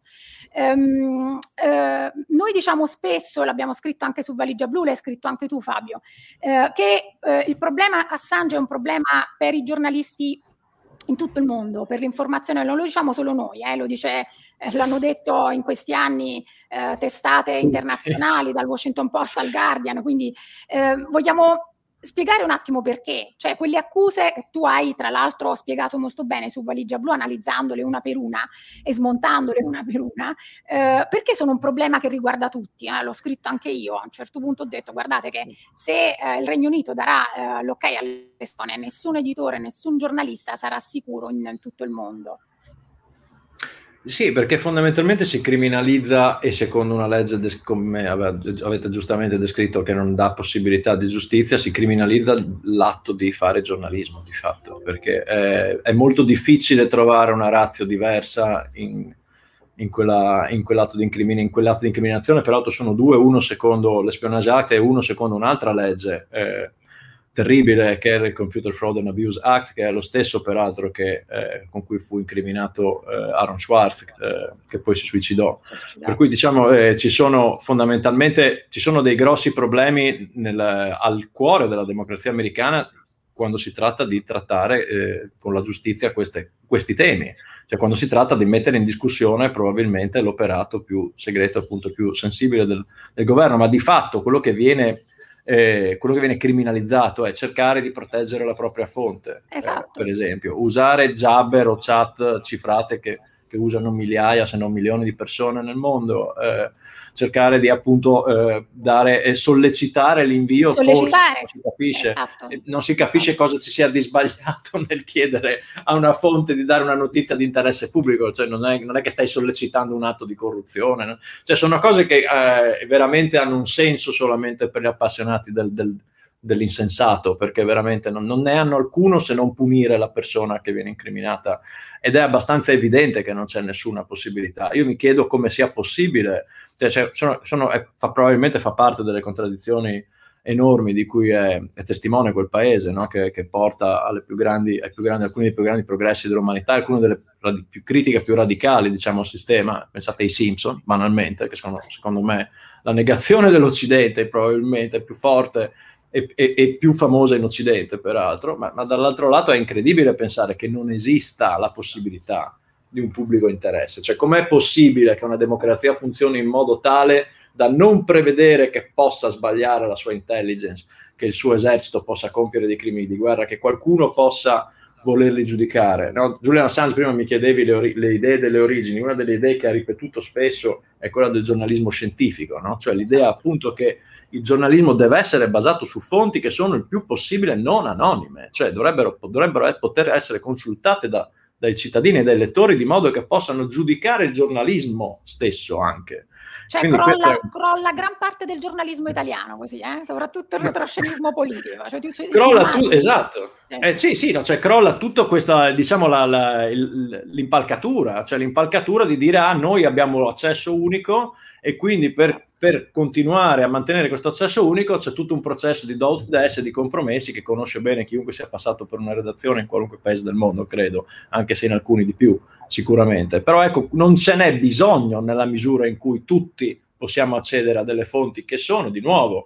Noi diciamo spesso, l'abbiamo scritto anche su Valigia Blu, l'hai scritto anche tu Fabio, che il problema Assange è un problema per i giornalisti in tutto il mondo, per l'informazione, non lo diciamo solo noi, l'hanno detto in questi anni testate internazionali, dal Washington Post al Guardian, quindi vogliamo spiegare un attimo perché, cioè quelle accuse che tu hai tra l'altro spiegato molto bene su Valigia Blu, analizzandole una per una e smontandole una per una, perché sono un problema che riguarda tutti, l'ho scritto anche io, a un certo punto ho detto guardate che se il Regno Unito darà l'ok all'Estonia, nessun editore, nessun giornalista sarà sicuro in tutto il mondo. Sì, perché fondamentalmente si criminalizza, e secondo una legge, come avete giustamente descritto, che non dà possibilità di giustizia, si criminalizza l'atto di fare giornalismo, di fatto, perché è molto difficile trovare una ratio diversa in quell'atto di incriminazione. Peraltro sono due, uno secondo l'Espionage Act e uno secondo un'altra legge terribile, che è il Computer Fraud and Abuse Act, che è lo stesso peraltro con cui fu incriminato Aaron Swartz, che poi si suicidò. Per cui diciamo ci sono dei grossi problemi al cuore della democrazia americana quando si tratta di trattare con la giustizia questi temi, cioè quando si tratta di mettere in discussione probabilmente l'operato più segreto, appunto più sensibile del governo. Ma di fatto quello che viene quello che viene criminalizzato è cercare di proteggere la propria fonte. Esatto. Per esempio, usare Jabber o chat cifrate che usano migliaia se non milioni di persone nel mondo, cercare di appunto dare e sollecitare l'invio, forse non si capisce, esatto. Non si capisce cosa ci sia di sbagliato nel chiedere a una fonte di dare una notizia di interesse pubblico, cioè non è che stai sollecitando un atto di corruzione, no? Cioè sono cose che veramente hanno un senso solamente per gli appassionati dell'insensato, perché veramente non ne hanno alcuno se non punire la persona che viene incriminata, ed è abbastanza evidente che non c'è nessuna possibilità. Io mi chiedo come sia possibile, cioè, probabilmente fa parte delle contraddizioni enormi di cui è testimone quel paese, no? che porta alcuni dei più grandi progressi dell'umanità, alcune delle più critiche, più radicali, diciamo, al sistema. Pensate ai Simpson, banalmente, che sono, secondo me, la negazione dell'Occidente, probabilmente più forte e più famosa in Occidente, peraltro, ma dall'altro lato è incredibile pensare che non esista la possibilità di un pubblico interesse. Cioè, com'è possibile che una democrazia funzioni in modo tale da non prevedere che possa sbagliare la sua intelligence, che il suo esercito possa compiere dei crimini di guerra, che qualcuno possa volerli giudicare, no? Julian Assange, prima mi chiedevi le idee delle origini. Una delle idee che ha ripetuto spesso è quella del giornalismo scientifico, no? Cioè l'idea appunto che il giornalismo deve essere basato su fonti che sono il più possibile non anonime, cioè dovrebbero poter essere consultate dai cittadini e dai lettori, di modo che possano giudicare il giornalismo stesso anche. Cioè crolla gran parte del giornalismo italiano, così, soprattutto il retroscenismo politico. Cioè, crolla tutto, esatto. Sì, no, cioè crolla tutto questa, diciamo, l'impalcatura, cioè l'impalcatura di dire noi abbiamo accesso unico e quindi per continuare a mantenere questo accesso unico c'è tutto un processo di do ut des e di compromessi che conosce bene chiunque sia passato per una redazione in qualunque paese del mondo, credo, anche se in alcuni di più, sicuramente. Però ecco, non ce n'è bisogno nella misura in cui tutti possiamo accedere a delle fonti che sono, di nuovo,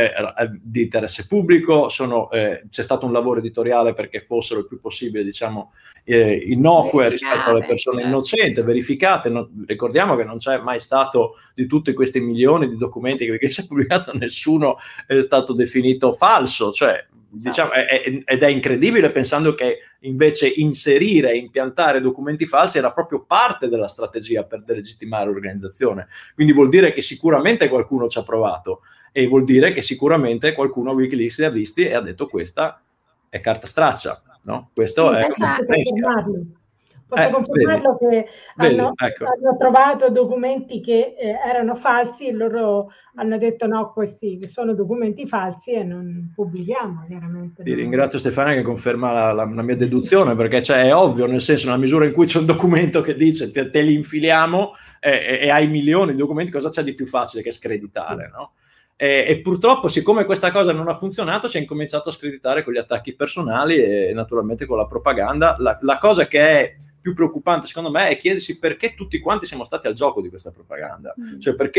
di interesse pubblico, c'è stato un lavoro editoriale perché fossero il più possibile, diciamo, innocue rispetto alle persone innocenti, verificate. Ricordiamo che non c'è mai stato, di tutti questi milioni di documenti che si è pubblicato, nessuno è stato definito falso, cioè diciamo, ed è incredibile pensando che invece inserire e impiantare documenti falsi era proprio parte della strategia per delegittimare l'organizzazione. Quindi vuol dire che sicuramente qualcuno ci ha provato, e vuol dire che sicuramente qualcuno a Wikileaks li ha visti e ha detto: questa è carta straccia, no? Questo è posso confermarlo che hanno trovato documenti che erano falsi e loro hanno detto no, questi sono documenti falsi e non pubblichiamo, chiaramente. Ti ringrazio Stefania che conferma la mia deduzione, perché cioè, è ovvio, nel senso, nella misura in cui c'è un documento che dice te li infiliamo e hai milioni di documenti, cosa c'è di più facile che screditare, no? E purtroppo, siccome questa cosa non ha funzionato, si è incominciato a screditare con gli attacchi personali e naturalmente con la propaganda. La cosa che è più preoccupante, secondo me, è chiedersi perché tutti quanti siamo stati al gioco di questa propaganda. Cioè perché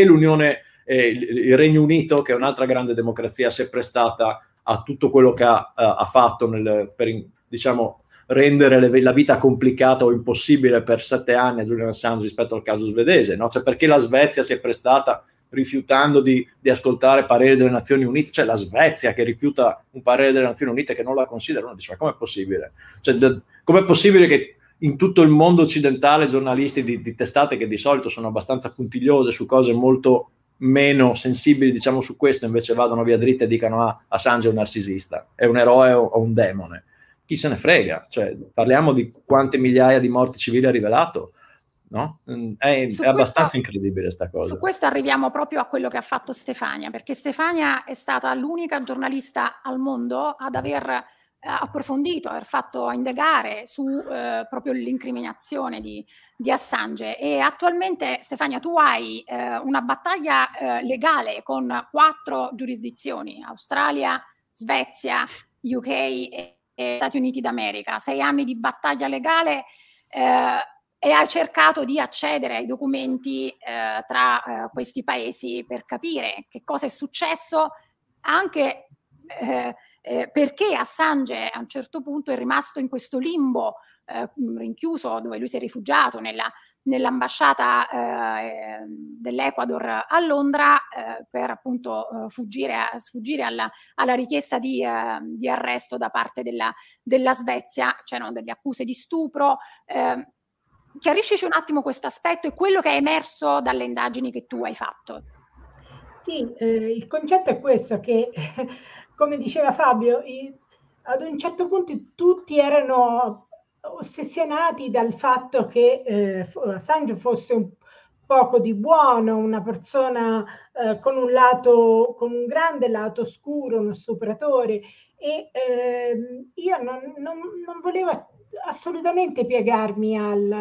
il Regno Unito, che è un'altra grande democrazia, si è prestata a tutto quello che ha fatto per diciamo, rendere la vita complicata o impossibile per 7 anni a Julian Assange rispetto al caso svedese, no? Cioè perché la Svezia si è prestata, rifiutando di ascoltare pareri delle Nazioni Unite, cioè la Svezia che rifiuta un parere delle Nazioni Unite che non la considera, uno dice: ma com'è possibile? Cioè, com'è possibile che in tutto il mondo occidentale giornalisti di testate che di solito sono abbastanza puntigliose su cose molto meno sensibili, diciamo, su questo, invece vadano via dritta e dicano: Assange è un narcisista, è un eroe o un demone? Chi se ne frega? Cioè, parliamo di quante migliaia di morti civili ha rivelato. No? È abbastanza incredibile sta cosa. Su questo arriviamo proprio a quello che ha fatto Stefania, perché Stefania è stata l'unica giornalista al mondo ad aver approfondito, aver fatto indagare su proprio l'incriminazione di Assange. E attualmente, Stefania, tu hai una battaglia legale con 4 giurisdizioni: Australia, Svezia, UK e Stati Uniti d'America. 6 anni di battaglia legale e ha cercato di accedere ai documenti tra questi paesi per capire che cosa è successo, anche perché Assange a un certo punto è rimasto in questo limbo rinchiuso, dove lui si è rifugiato nell'ambasciata dell'Ecuador a Londra per appunto sfuggire alla richiesta di arresto da parte della Svezia. C'erano delle accuse di stupro. Chiariscici un attimo questo aspetto e quello che è emerso dalle indagini che tu hai fatto. Sì, il concetto è questo, che come diceva Fabio, ad un certo punto tutti erano ossessionati dal fatto che Assange fosse un poco di buono, una persona con un grande lato oscuro, uno stupratore, e io non volevo assolutamente piegarmi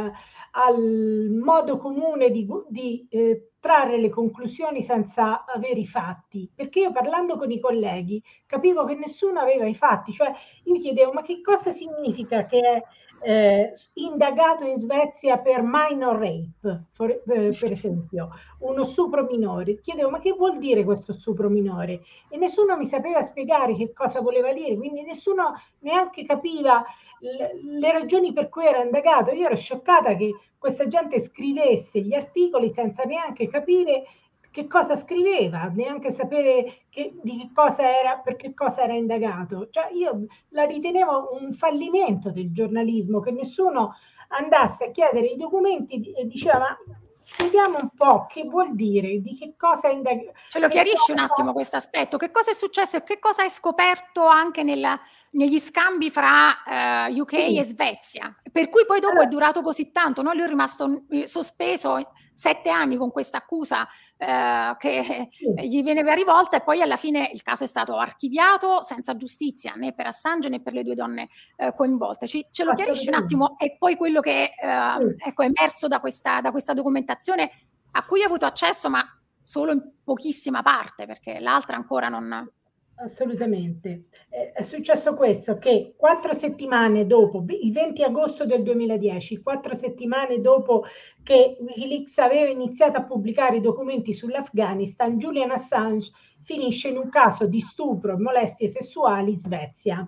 al modo comune di trarre le conclusioni senza avere i fatti, perché io, parlando con i colleghi, capivo che nessuno aveva i fatti. Cioè io chiedevo: ma che cosa significa che è indagato in Svezia per minor rape, per esempio, uno stupro minore? Chiedevo: ma che vuol dire questo stupro minore? E nessuno mi sapeva spiegare che cosa voleva dire, quindi nessuno neanche capiva le ragioni per cui era indagato. Io ero scioccata che questa gente scrivesse gli articoli senza neanche capire che cosa scriveva, neanche sapere di che cosa era, per che cosa era indagato. Cioè io la ritenevo un fallimento del giornalismo, che nessuno andasse a chiedere i documenti e diceva: ma spieghiamo un po' che vuol dire, di che cosa è indagato. Ce lo chiarisci un attimo questo aspetto? Che cosa è successo e che cosa hai scoperto anche negli scambi fra UK e Svezia? Per cui poi dopo è durato così tanto, no? Lui è rimasto sospeso 7 anni con questa accusa che gli veniva rivolta, e poi alla fine il caso è stato archiviato senza giustizia, né per Assange né per le 2 donne coinvolte. Ce lo chiarisci un attimo? E poi quello che ecco, è emerso da questa documentazione a cui hai avuto accesso, ma solo in pochissima parte, perché l'altra ancora non... Assolutamente. È successo questo, che 4 settimane dopo, il 20 agosto del 2010, 4 settimane dopo che Wikileaks aveva iniziato a pubblicare i documenti sull'Afghanistan, Julian Assange finisce in un caso di stupro e molestie sessuali in Svezia.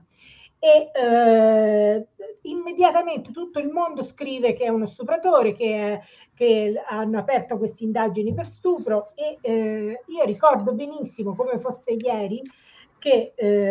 E immediatamente tutto il mondo scrive che è uno stupratore, che hanno aperto queste indagini per stupro, e io ricordo benissimo, come fosse ieri, che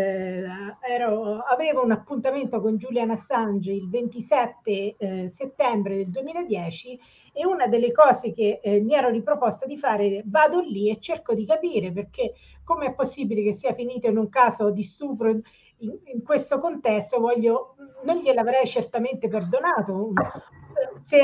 avevo un appuntamento con Julian Assange il 27 settembre del 2010, e una delle cose che mi ero riproposta di fare: vado lì e cerco di capire perché, come è possibile che sia finito in un caso di stupro in questo contesto. Non gliel'avrei certamente perdonato se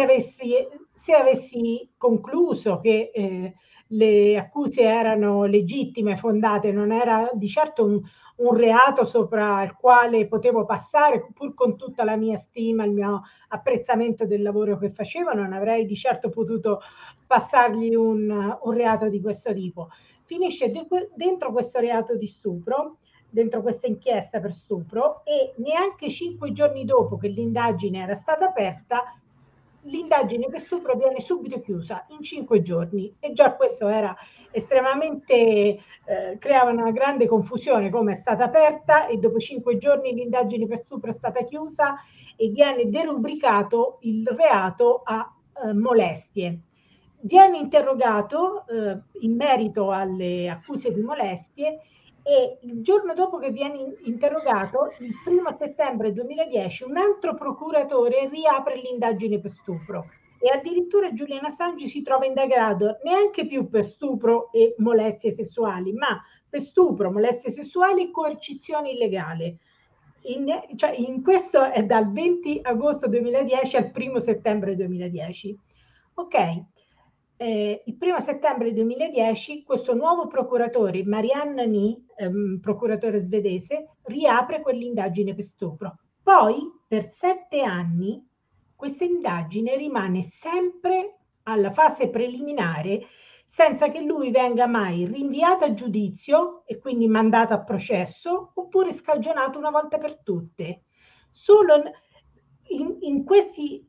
avessi concluso che le accuse erano legittime, fondate. Non era di certo un reato sopra il quale potevo passare, pur con tutta la mia stima, il mio apprezzamento del lavoro che facevo. Non avrei di certo potuto passargli un reato di questo tipo. Finisce dentro questo reato di stupro, dentro questa inchiesta per stupro, e neanche 5 giorni dopo che l'indagine era stata aperta, l'indagine per stupro viene subito chiusa in 5 giorni, e già questo era estremamente creava una grande confusione. Come è stata aperta e dopo 5 giorni l'indagine per stupro è stata chiusa e viene derubricato il reato a molestie. Viene interrogato in merito alle accuse di molestie, e il giorno dopo che viene interrogato, il 1 settembre 2010, un altro procuratore riapre l'indagine per stupro, e addirittura Julian Assange si trova indagato neanche più per stupro e molestie sessuali, ma per stupro, molestie sessuali e coercizione illegale. In questo è dal 20 agosto 2010 al 1 settembre 2010. Ok. Il 1 settembre 2010 questo nuovo procuratore, Marianne Ny, procuratore svedese, riapre quell'indagine per stupro. Poi per 7 anni questa indagine rimane sempre alla fase preliminare, senza che lui venga mai rinviato a giudizio e quindi mandato a processo, oppure scagionato una volta per tutte. Solo in questi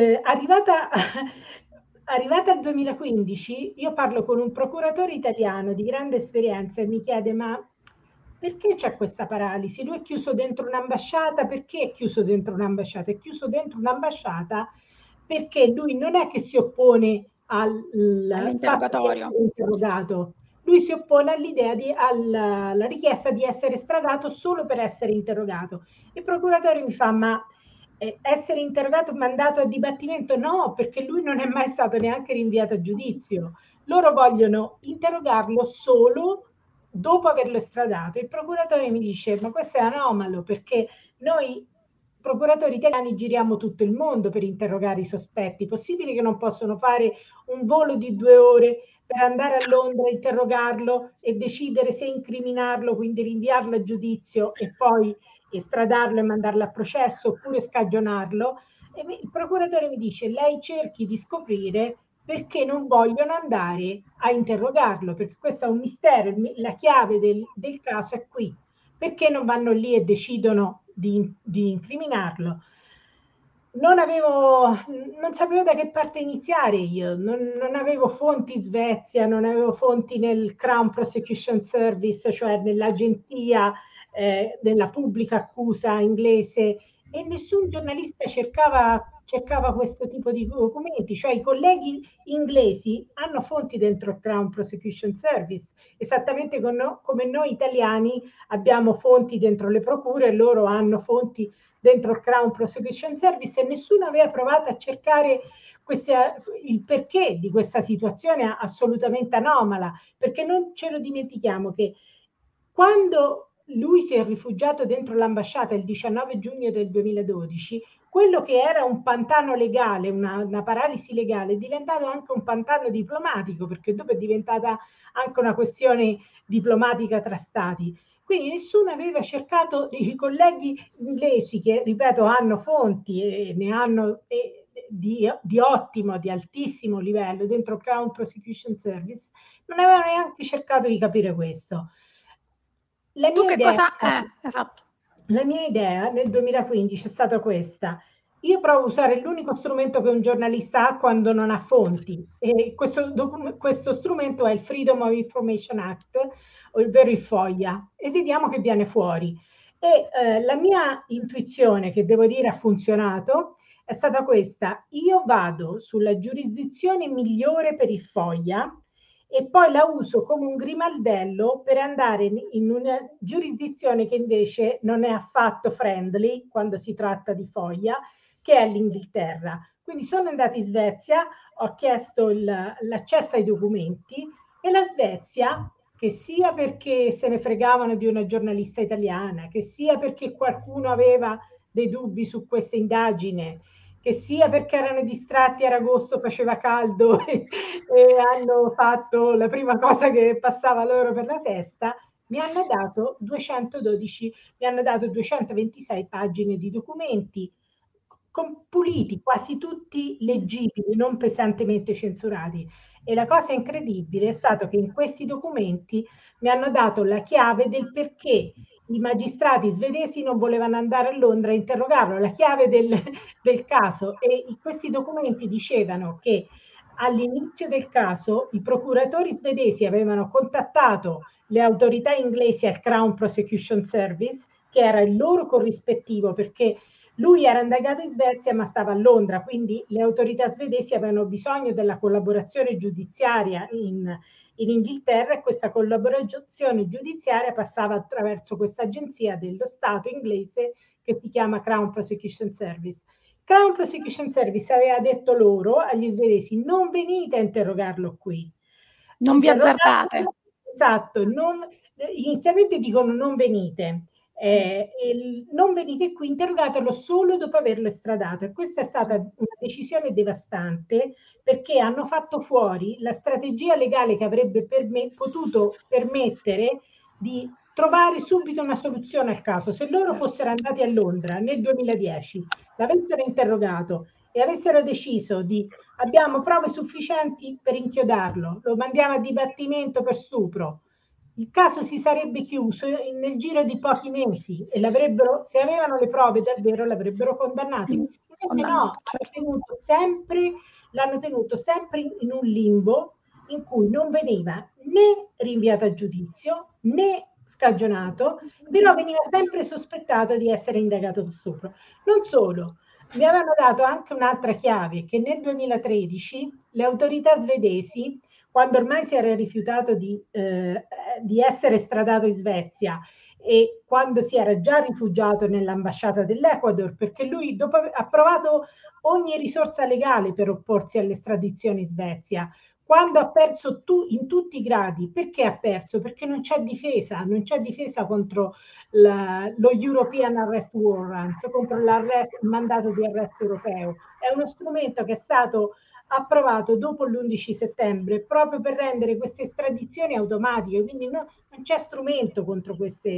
arrivata al 2015, io parlo con un procuratore italiano di grande esperienza e mi chiede: ma Perché c'è questa paralisi? Lui è chiuso dentro un'ambasciata, perché è chiuso dentro un'ambasciata? È chiuso dentro un'ambasciata perché lui non è che si oppone al fatto di all'interrogatorio. essere interrogato, lui si oppone all'idea alla richiesta di essere estradato solo per essere interrogato. Il procuratore mi fa, ma essere interrogato mandato a dibattimento? No, perché lui non è mai stato neanche rinviato a giudizio. Loro vogliono interrogarlo solo dopo averlo estradato. Il procuratore mi dice, ma questo è anomalo, perché noi procuratori italiani giriamo tutto il mondo per interrogare i sospetti. Possibile che non possono fare un volo di 2 ore per andare a Londra, interrogarlo e decidere se incriminarlo, quindi rinviarlo a giudizio e poi estradarlo e mandarlo a processo, oppure scagionarlo? E il procuratore mi dice, lei cerchi di scoprire perché non vogliono andare a interrogarlo, perché questo è un mistero, la chiave del caso è qui. Perché non vanno lì e decidono di incriminarlo? Non sapevo da che parte iniziare io, non avevo fonti in Svezia, non avevo fonti nel Crown Prosecution Service, cioè nell'agenzia della pubblica accusa inglese, e nessun giornalista cercava questo tipo di documenti, cioè i colleghi inglesi hanno fonti dentro il Crown Prosecution Service, esattamente come noi italiani abbiamo fonti dentro le procure e loro hanno fonti dentro il Crown Prosecution Service, e nessuno aveva provato a cercare il perché di questa situazione assolutamente anomala, perché non ce lo dimentichiamo che quando lui si è rifugiato dentro l'ambasciata il 19 giugno del 2012, quello che era un pantano legale, una paralisi legale, è diventato anche un pantano diplomatico, perché dopo è diventata anche una questione diplomatica tra stati. Quindi nessuno aveva cercato, i colleghi inglesi che, ripeto, hanno fonti e ne hanno di ottimo, di altissimo livello dentro il Crown Prosecution Service, non avevano neanche cercato di capire questo. La mia idea nel 2015 è stata questa. Io provo a usare l'unico strumento che un giornalista ha quando non ha fonti, e questo strumento è il Freedom of Information Act, ovvero il FOIA, e vediamo che viene fuori. E la mia intuizione, che devo dire ha funzionato, è stata questa: io vado sulla giurisdizione migliore per il FOIA e poi la uso come un grimaldello per andare in una giurisdizione che invece non è affatto friendly quando si tratta di FOIA, che è l'Inghilterra. Quindi sono andata in Svezia, ho chiesto l'accesso ai documenti, e la Svezia, che sia perché se ne fregavano di una giornalista italiana, che sia perché qualcuno aveva dei dubbi su questa indagine, che sia perché erano distratti, era agosto, faceva caldo e hanno fatto la prima cosa che passava loro per la testa, mi hanno dato 226 pagine di documenti puliti, quasi tutti leggibili, non pesantemente censurati. E la cosa incredibile è stato che in questi documenti mi hanno dato la chiave del perché i magistrati svedesi non volevano andare a Londra a interrogarlo, la chiave del caso. E questi documenti dicevano che all'inizio del caso i procuratori svedesi avevano contattato le autorità inglesi al Crown Prosecution Service, che era il loro corrispettivo, perché lui era indagato in Svezia ma stava a Londra, quindi le autorità svedesi avevano bisogno della collaborazione giudiziaria in Inghilterra, e questa collaborazione giudiziaria passava attraverso questa agenzia dello Stato inglese che si chiama Crown Prosecution Service. Crown Prosecution Service aveva detto loro, agli svedesi, non venite a interrogarlo qui. Non vi azzardate. Esatto, inizialmente dicono non venite. Non venite qui, interrogatelo solo dopo averlo estradato, e questa è stata una decisione devastante, perché hanno fatto fuori la strategia legale che avrebbe potuto permettere di trovare subito una soluzione al caso. Se loro fossero andati a Londra nel 2010, l'avessero interrogato e avessero deciso di abbiamo prove sufficienti per inchiodarlo, lo mandiamo a dibattimento per stupro, il caso si sarebbe chiuso nel giro di pochi mesi e se avevano le prove davvero l'avrebbero condannato. Invece no, l'hanno tenuto sempre in un limbo in cui non veniva né rinviato a giudizio né scagionato, però veniva sempre sospettato di essere indagato per stupro. Non solo, mi avevano dato anche un'altra chiave, che nel 2013 le autorità svedesi, quando ormai si era rifiutato di essere estradato in Svezia e quando si era già rifugiato nell'ambasciata dell'Ecuador, perché lui ha provato ogni risorsa legale per opporsi all'estradizione in Svezia, quando ha perso in tutti i gradi. Perché ha perso? Perché non c'è difesa contro lo European Arrest Warrant, contro il mandato di arresto europeo. È uno strumento che è stato approvato dopo l'11 settembre proprio per rendere queste estradizioni automatiche, quindi non c'è strumento contro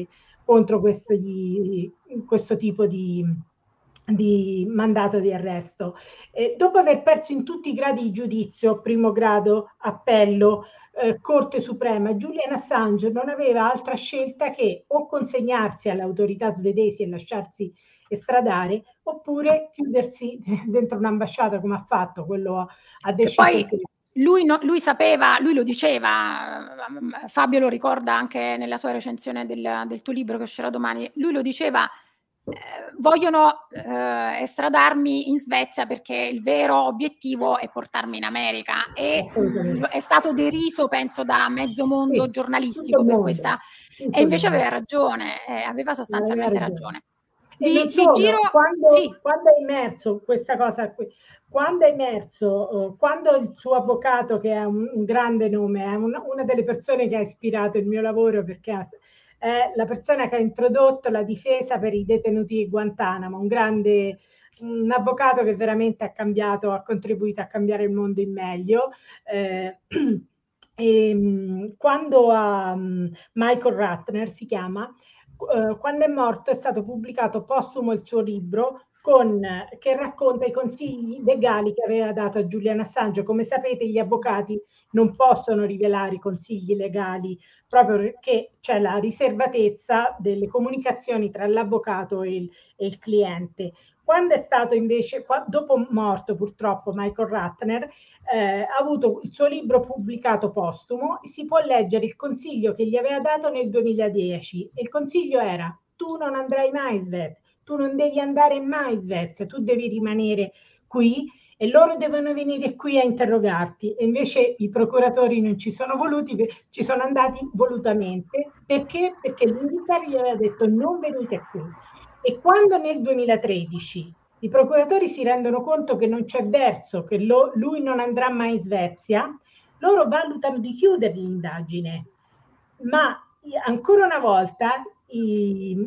questo tipo di mandato di arresto. Dopo aver perso in tutti i gradi di giudizio, primo grado, appello, Corte Suprema, Julian Assange non aveva altra scelta che o consegnarsi alle autorità svedesi e lasciarsi estradare, oppure chiudersi dentro un'ambasciata come ha fatto, quello ha deciso. Che poi lui sapeva, lui lo diceva, Fabio lo ricorda anche nella sua recensione del tuo libro che uscirà domani, lui lo diceva, vogliono estradarmi in Svezia perché il vero obiettivo è portarmi in America, e è stato deriso, penso, da mezzo mondo giornalistico per questa, e invece aveva ragione, aveva sostanzialmente ragione. Quando è emerso questa cosa qui, quando il suo avvocato, che è un grande nome, è una delle persone che ha ispirato il mio lavoro, perché è la persona che ha introdotto la difesa per i detenuti di Guantanamo, un avvocato che veramente ha contribuito a cambiare il mondo in meglio. Quando Michael Ratner si chiama, quando è morto è stato pubblicato postumo il suo libro che racconta i consigli legali che aveva dato a Julian Assange. Come sapete, gli avvocati non possono rivelare i consigli legali proprio perché c'è la riservatezza delle comunicazioni tra l'avvocato e il cliente. Quando è stato invece, dopo morto purtroppo Michael Ratner, ha avuto il suo libro pubblicato postumo, e si può leggere il consiglio che gli aveva dato nel 2010. E il consiglio era: tu non andrai mai in Svezia, tu non devi andare mai in Svezia, tu devi rimanere qui e loro devono venire qui a interrogarti. E invece i procuratori non ci sono voluti, ci sono andati volutamente. Perché? Perché l'Inghilterra gli aveva detto: non venite qui. E quando nel 2013 i procuratori si rendono conto che non c'è verso, che lui non andrà mai in Svezia, loro valutano di chiudere l'indagine. Ma ancora una volta i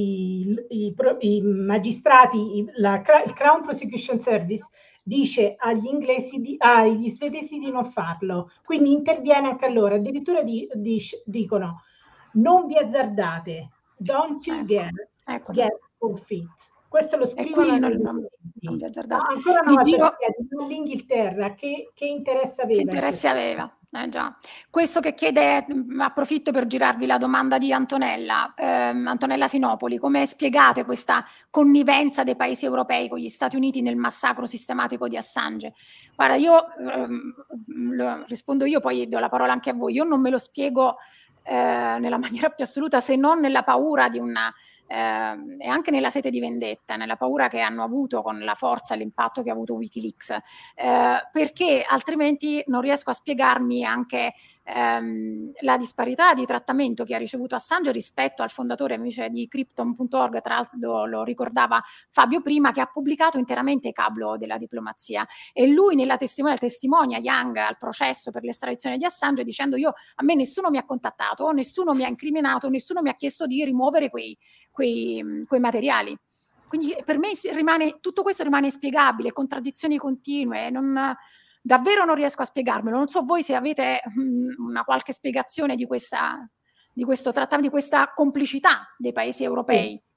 magistrati, il Crown Prosecution Service dice agli svedesi di non farlo, quindi interviene anche a loro. Addirittura dicono: non vi azzardate, don't you get forfeit. Questo lo scrivono non vi azzardate. Ancora una volta l'Inghilterra che interesse aveva? Che interesse aveva? Già. Questo che chiede, approfitto per girarvi la domanda di Antonella Sinopoli: come spiegate questa connivenza dei paesi europei con gli Stati Uniti nel massacro sistematico di Assange? Guarda, io rispondo io, poi do la parola anche a voi. Io non me lo spiego nella maniera più assoluta, se non nella paura di e anche nella sete di vendetta, nella paura che hanno avuto con la forza e l'impatto che ha avuto Wikileaks, perché altrimenti non riesco a spiegarmi anche la disparità di trattamento che ha ricevuto Assange rispetto al fondatore invece di Crypton.org, tra l'altro lo ricordava Fabio prima, che ha pubblicato interamente il cablo della diplomazia, e lui nella testimonia Young al processo per l'estradizione di Assange dicendo: a me nessuno mi ha contattato, nessuno mi ha incriminato, nessuno mi ha chiesto di rimuovere quei materiali. Quindi per me tutto questo rimane inspiegabile, contraddizioni continue, davvero non riesco a spiegarmelo. Non so voi se avete una qualche spiegazione di questo trattamento, di questa complicità dei paesi europei.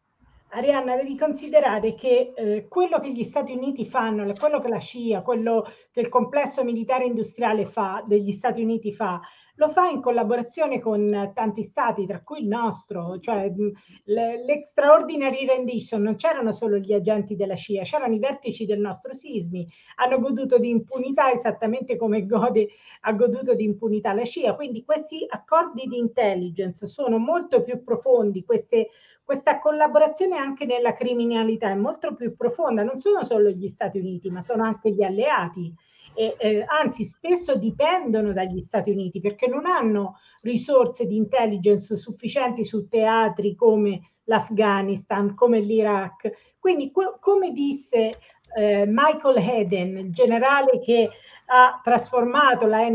Arianna, devi considerare che quello che gli Stati Uniti fanno, quello che la CIA, quello che il complesso militare industriale degli Stati Uniti lo fa in collaborazione con tanti stati, tra cui il nostro. Cioè, l'extraordinary rendition non c'erano solo gli agenti della CIA, c'erano i vertici del nostro SISMI, hanno goduto di impunità esattamente come ha goduto di impunità la CIA. Quindi questi accordi di intelligence sono molto più profondi, questa collaborazione anche nella criminalità è molto più profonda, non sono solo gli Stati Uniti, ma sono anche gli alleati. Anzi, spesso dipendono dagli Stati Uniti perché non hanno risorse di intelligence sufficienti su teatri come l'Afghanistan, come l'Iraq. Quindi, come disse Michael Hayden, il generale che ha trasformato la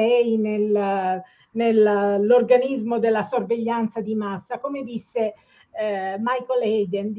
NSA nell'organismo della sorveglianza di massa, come disse Michael Hayden,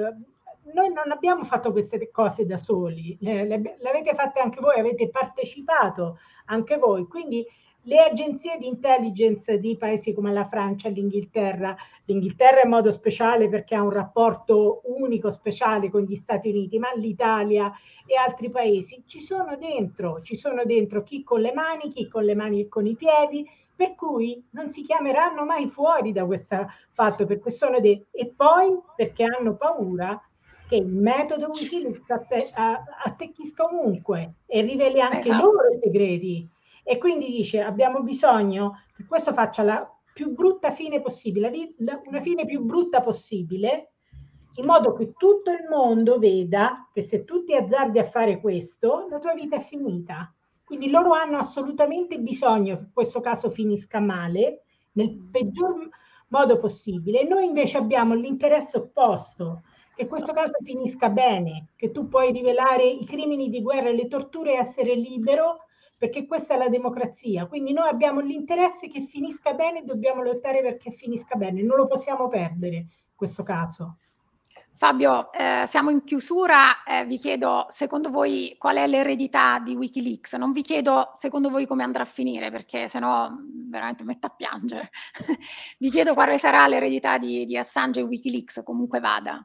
noi non abbiamo fatto queste cose da soli, le avete fatte anche voi, avete partecipato anche voi, quindi le agenzie di intelligence di paesi come la Francia, l'Inghilterra in modo speciale perché ha un rapporto unico, speciale con gli Stati Uniti, ma l'Italia e altri paesi ci sono dentro chi con le mani, chi con le mani e con i piedi, per cui non si chiameranno mai fuori da questo fatto, perché sono e poi perché hanno paura che il metodo Wikileaks attecchisca ovunque e riveli anche i loro segreti. E quindi dice, abbiamo bisogno che questo faccia la più brutta fine possibile, una fine più brutta possibile, in modo che tutto il mondo veda che se tu ti azzardi a fare questo, la tua vita è finita. Quindi loro hanno assolutamente bisogno che questo caso finisca male, nel peggior modo possibile. Noi invece abbiamo l'interesse opposto, che questo caso finisca bene, che tu puoi rivelare i crimini di guerra e le torture e essere libero, perché questa è la democrazia. Quindi noi abbiamo l'interesse che finisca bene e dobbiamo lottare perché finisca bene. Non lo possiamo perdere, questo caso. Fabio, siamo in chiusura, vi chiedo secondo voi qual è l'eredità di Wikileaks? Non vi chiedo secondo voi come andrà a finire, perché sennò veramente metto a piangere. Vi chiedo quale sarà l'eredità di Assange e Wikileaks, comunque vada.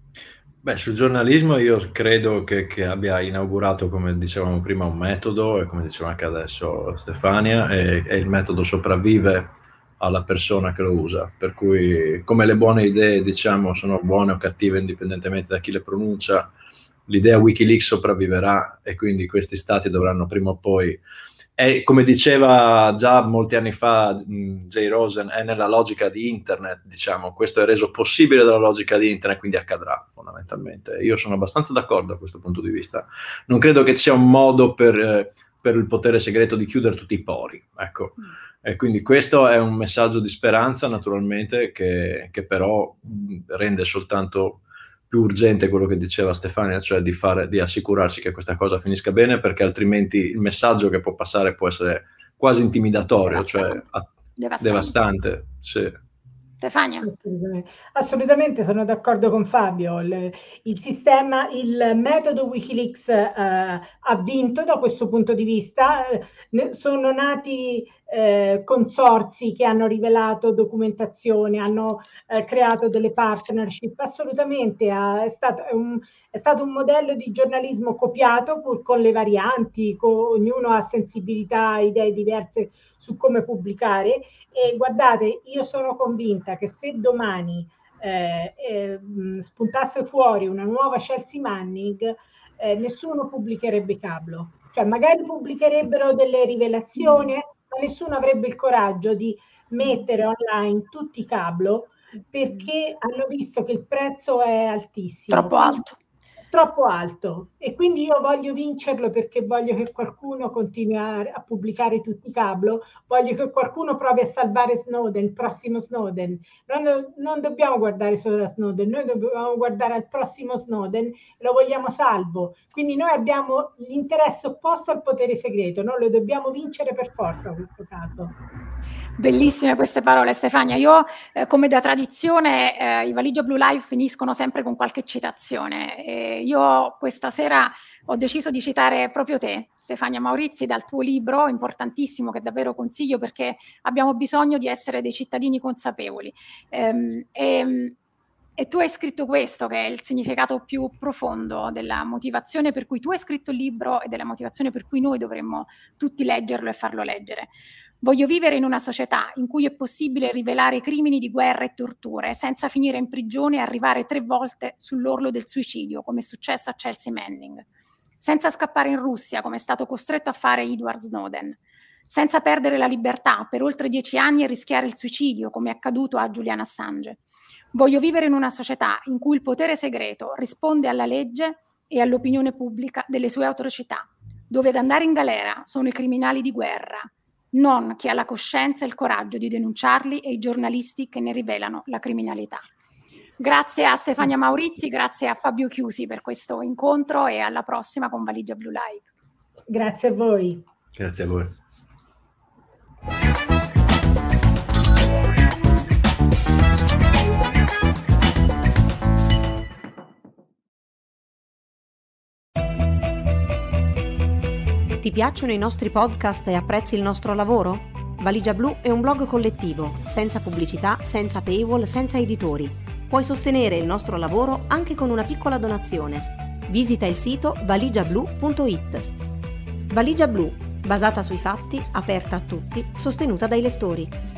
Beh, sul giornalismo io credo che abbia inaugurato, come dicevamo prima, un metodo, e come diceva anche adesso Stefania, e il metodo sopravvive alla persona che lo usa, per cui come le buone idee, diciamo, sono buone o cattive indipendentemente da chi le pronuncia, l'idea Wikileaks sopravviverà e quindi questi stati dovranno prima o poi, come diceva già molti anni fa Jay Rosen, è nella logica di internet, diciamo, questo è reso possibile dalla logica di internet, quindi accadrà fondamentalmente. Io sono abbastanza d'accordo a questo punto di vista. Non credo che sia un modo per il potere segreto di chiudere tutti i pori, ecco. E quindi questo è un messaggio di speranza, naturalmente, che però rende soltanto più urgente quello che diceva Stefania, cioè di assicurarsi che questa cosa finisca bene, perché altrimenti il messaggio che può passare può essere quasi intimidatorio, cioè devastante. Sì. Stefania? Assolutamente sono d'accordo con Fabio. Il metodo Wikileaks ha vinto da questo punto di vista. Sono nati consorzi che hanno rivelato documentazione, hanno creato delle partnership. Assolutamente è stato un modello di giornalismo copiato, pur con le varianti, ognuno ha sensibilità, idee diverse su come pubblicare. E guardate, io sono convinta che se domani spuntasse fuori una nuova Chelsea Manning, nessuno pubblicherebbe Cablo. Cioè magari pubblicherebbero delle rivelazioni, ma nessuno avrebbe il coraggio di mettere online tutti i Cablo, perché hanno visto che il prezzo è altissimo. Troppo alto, e quindi io voglio vincerlo, perché voglio che qualcuno continui a pubblicare tutti i Cablo, voglio che qualcuno provi a salvare Snowden, il prossimo Snowden. Non dobbiamo guardare solo a Snowden, noi dobbiamo guardare al prossimo Snowden, lo vogliamo salvo. Quindi noi abbiamo l'interesse opposto al potere segreto, noi lo dobbiamo vincere per forza in questo caso. Bellissime queste parole, Stefania. Io, come da tradizione, i Valigia Blu Live finiscono sempre con qualche citazione. Io questa sera ho deciso di citare proprio te, Stefania Maurizi, dal tuo libro importantissimo, che davvero consiglio, perché abbiamo bisogno di essere dei cittadini consapevoli. E tu hai scritto questo, che è il significato più profondo della motivazione per cui tu hai scritto il libro e della motivazione per cui noi dovremmo tutti leggerlo e farlo leggere. Voglio vivere in una società in cui è possibile rivelare crimini di guerra e torture senza finire in prigione e arrivare 3 volte sull'orlo del suicidio, come è successo a Chelsea Manning. Senza scappare in Russia, come è stato costretto a fare Edward Snowden. Senza perdere la libertà per oltre 10 anni e rischiare il suicidio, come è accaduto a Julian Assange. Voglio vivere in una società in cui il potere segreto risponde alla legge e all'opinione pubblica delle sue atrocità, dove ad andare in galera sono i criminali di guerra, non chi ha la coscienza e il coraggio di denunciarli e i giornalisti che ne rivelano la criminalità. Grazie a Stefania Maurizi, grazie a Fabio Chiusi per questo incontro e alla prossima con Valigia Blu Live. Grazie a voi. Grazie a voi. Ti piacciono i nostri podcast e apprezzi il nostro lavoro? Valigia Blu è un blog collettivo, senza pubblicità, senza paywall, senza editori. Puoi sostenere il nostro lavoro anche con una piccola donazione. Visita il sito valigiablu.it. Valigia Blu, basata sui fatti, aperta a tutti, sostenuta dai lettori.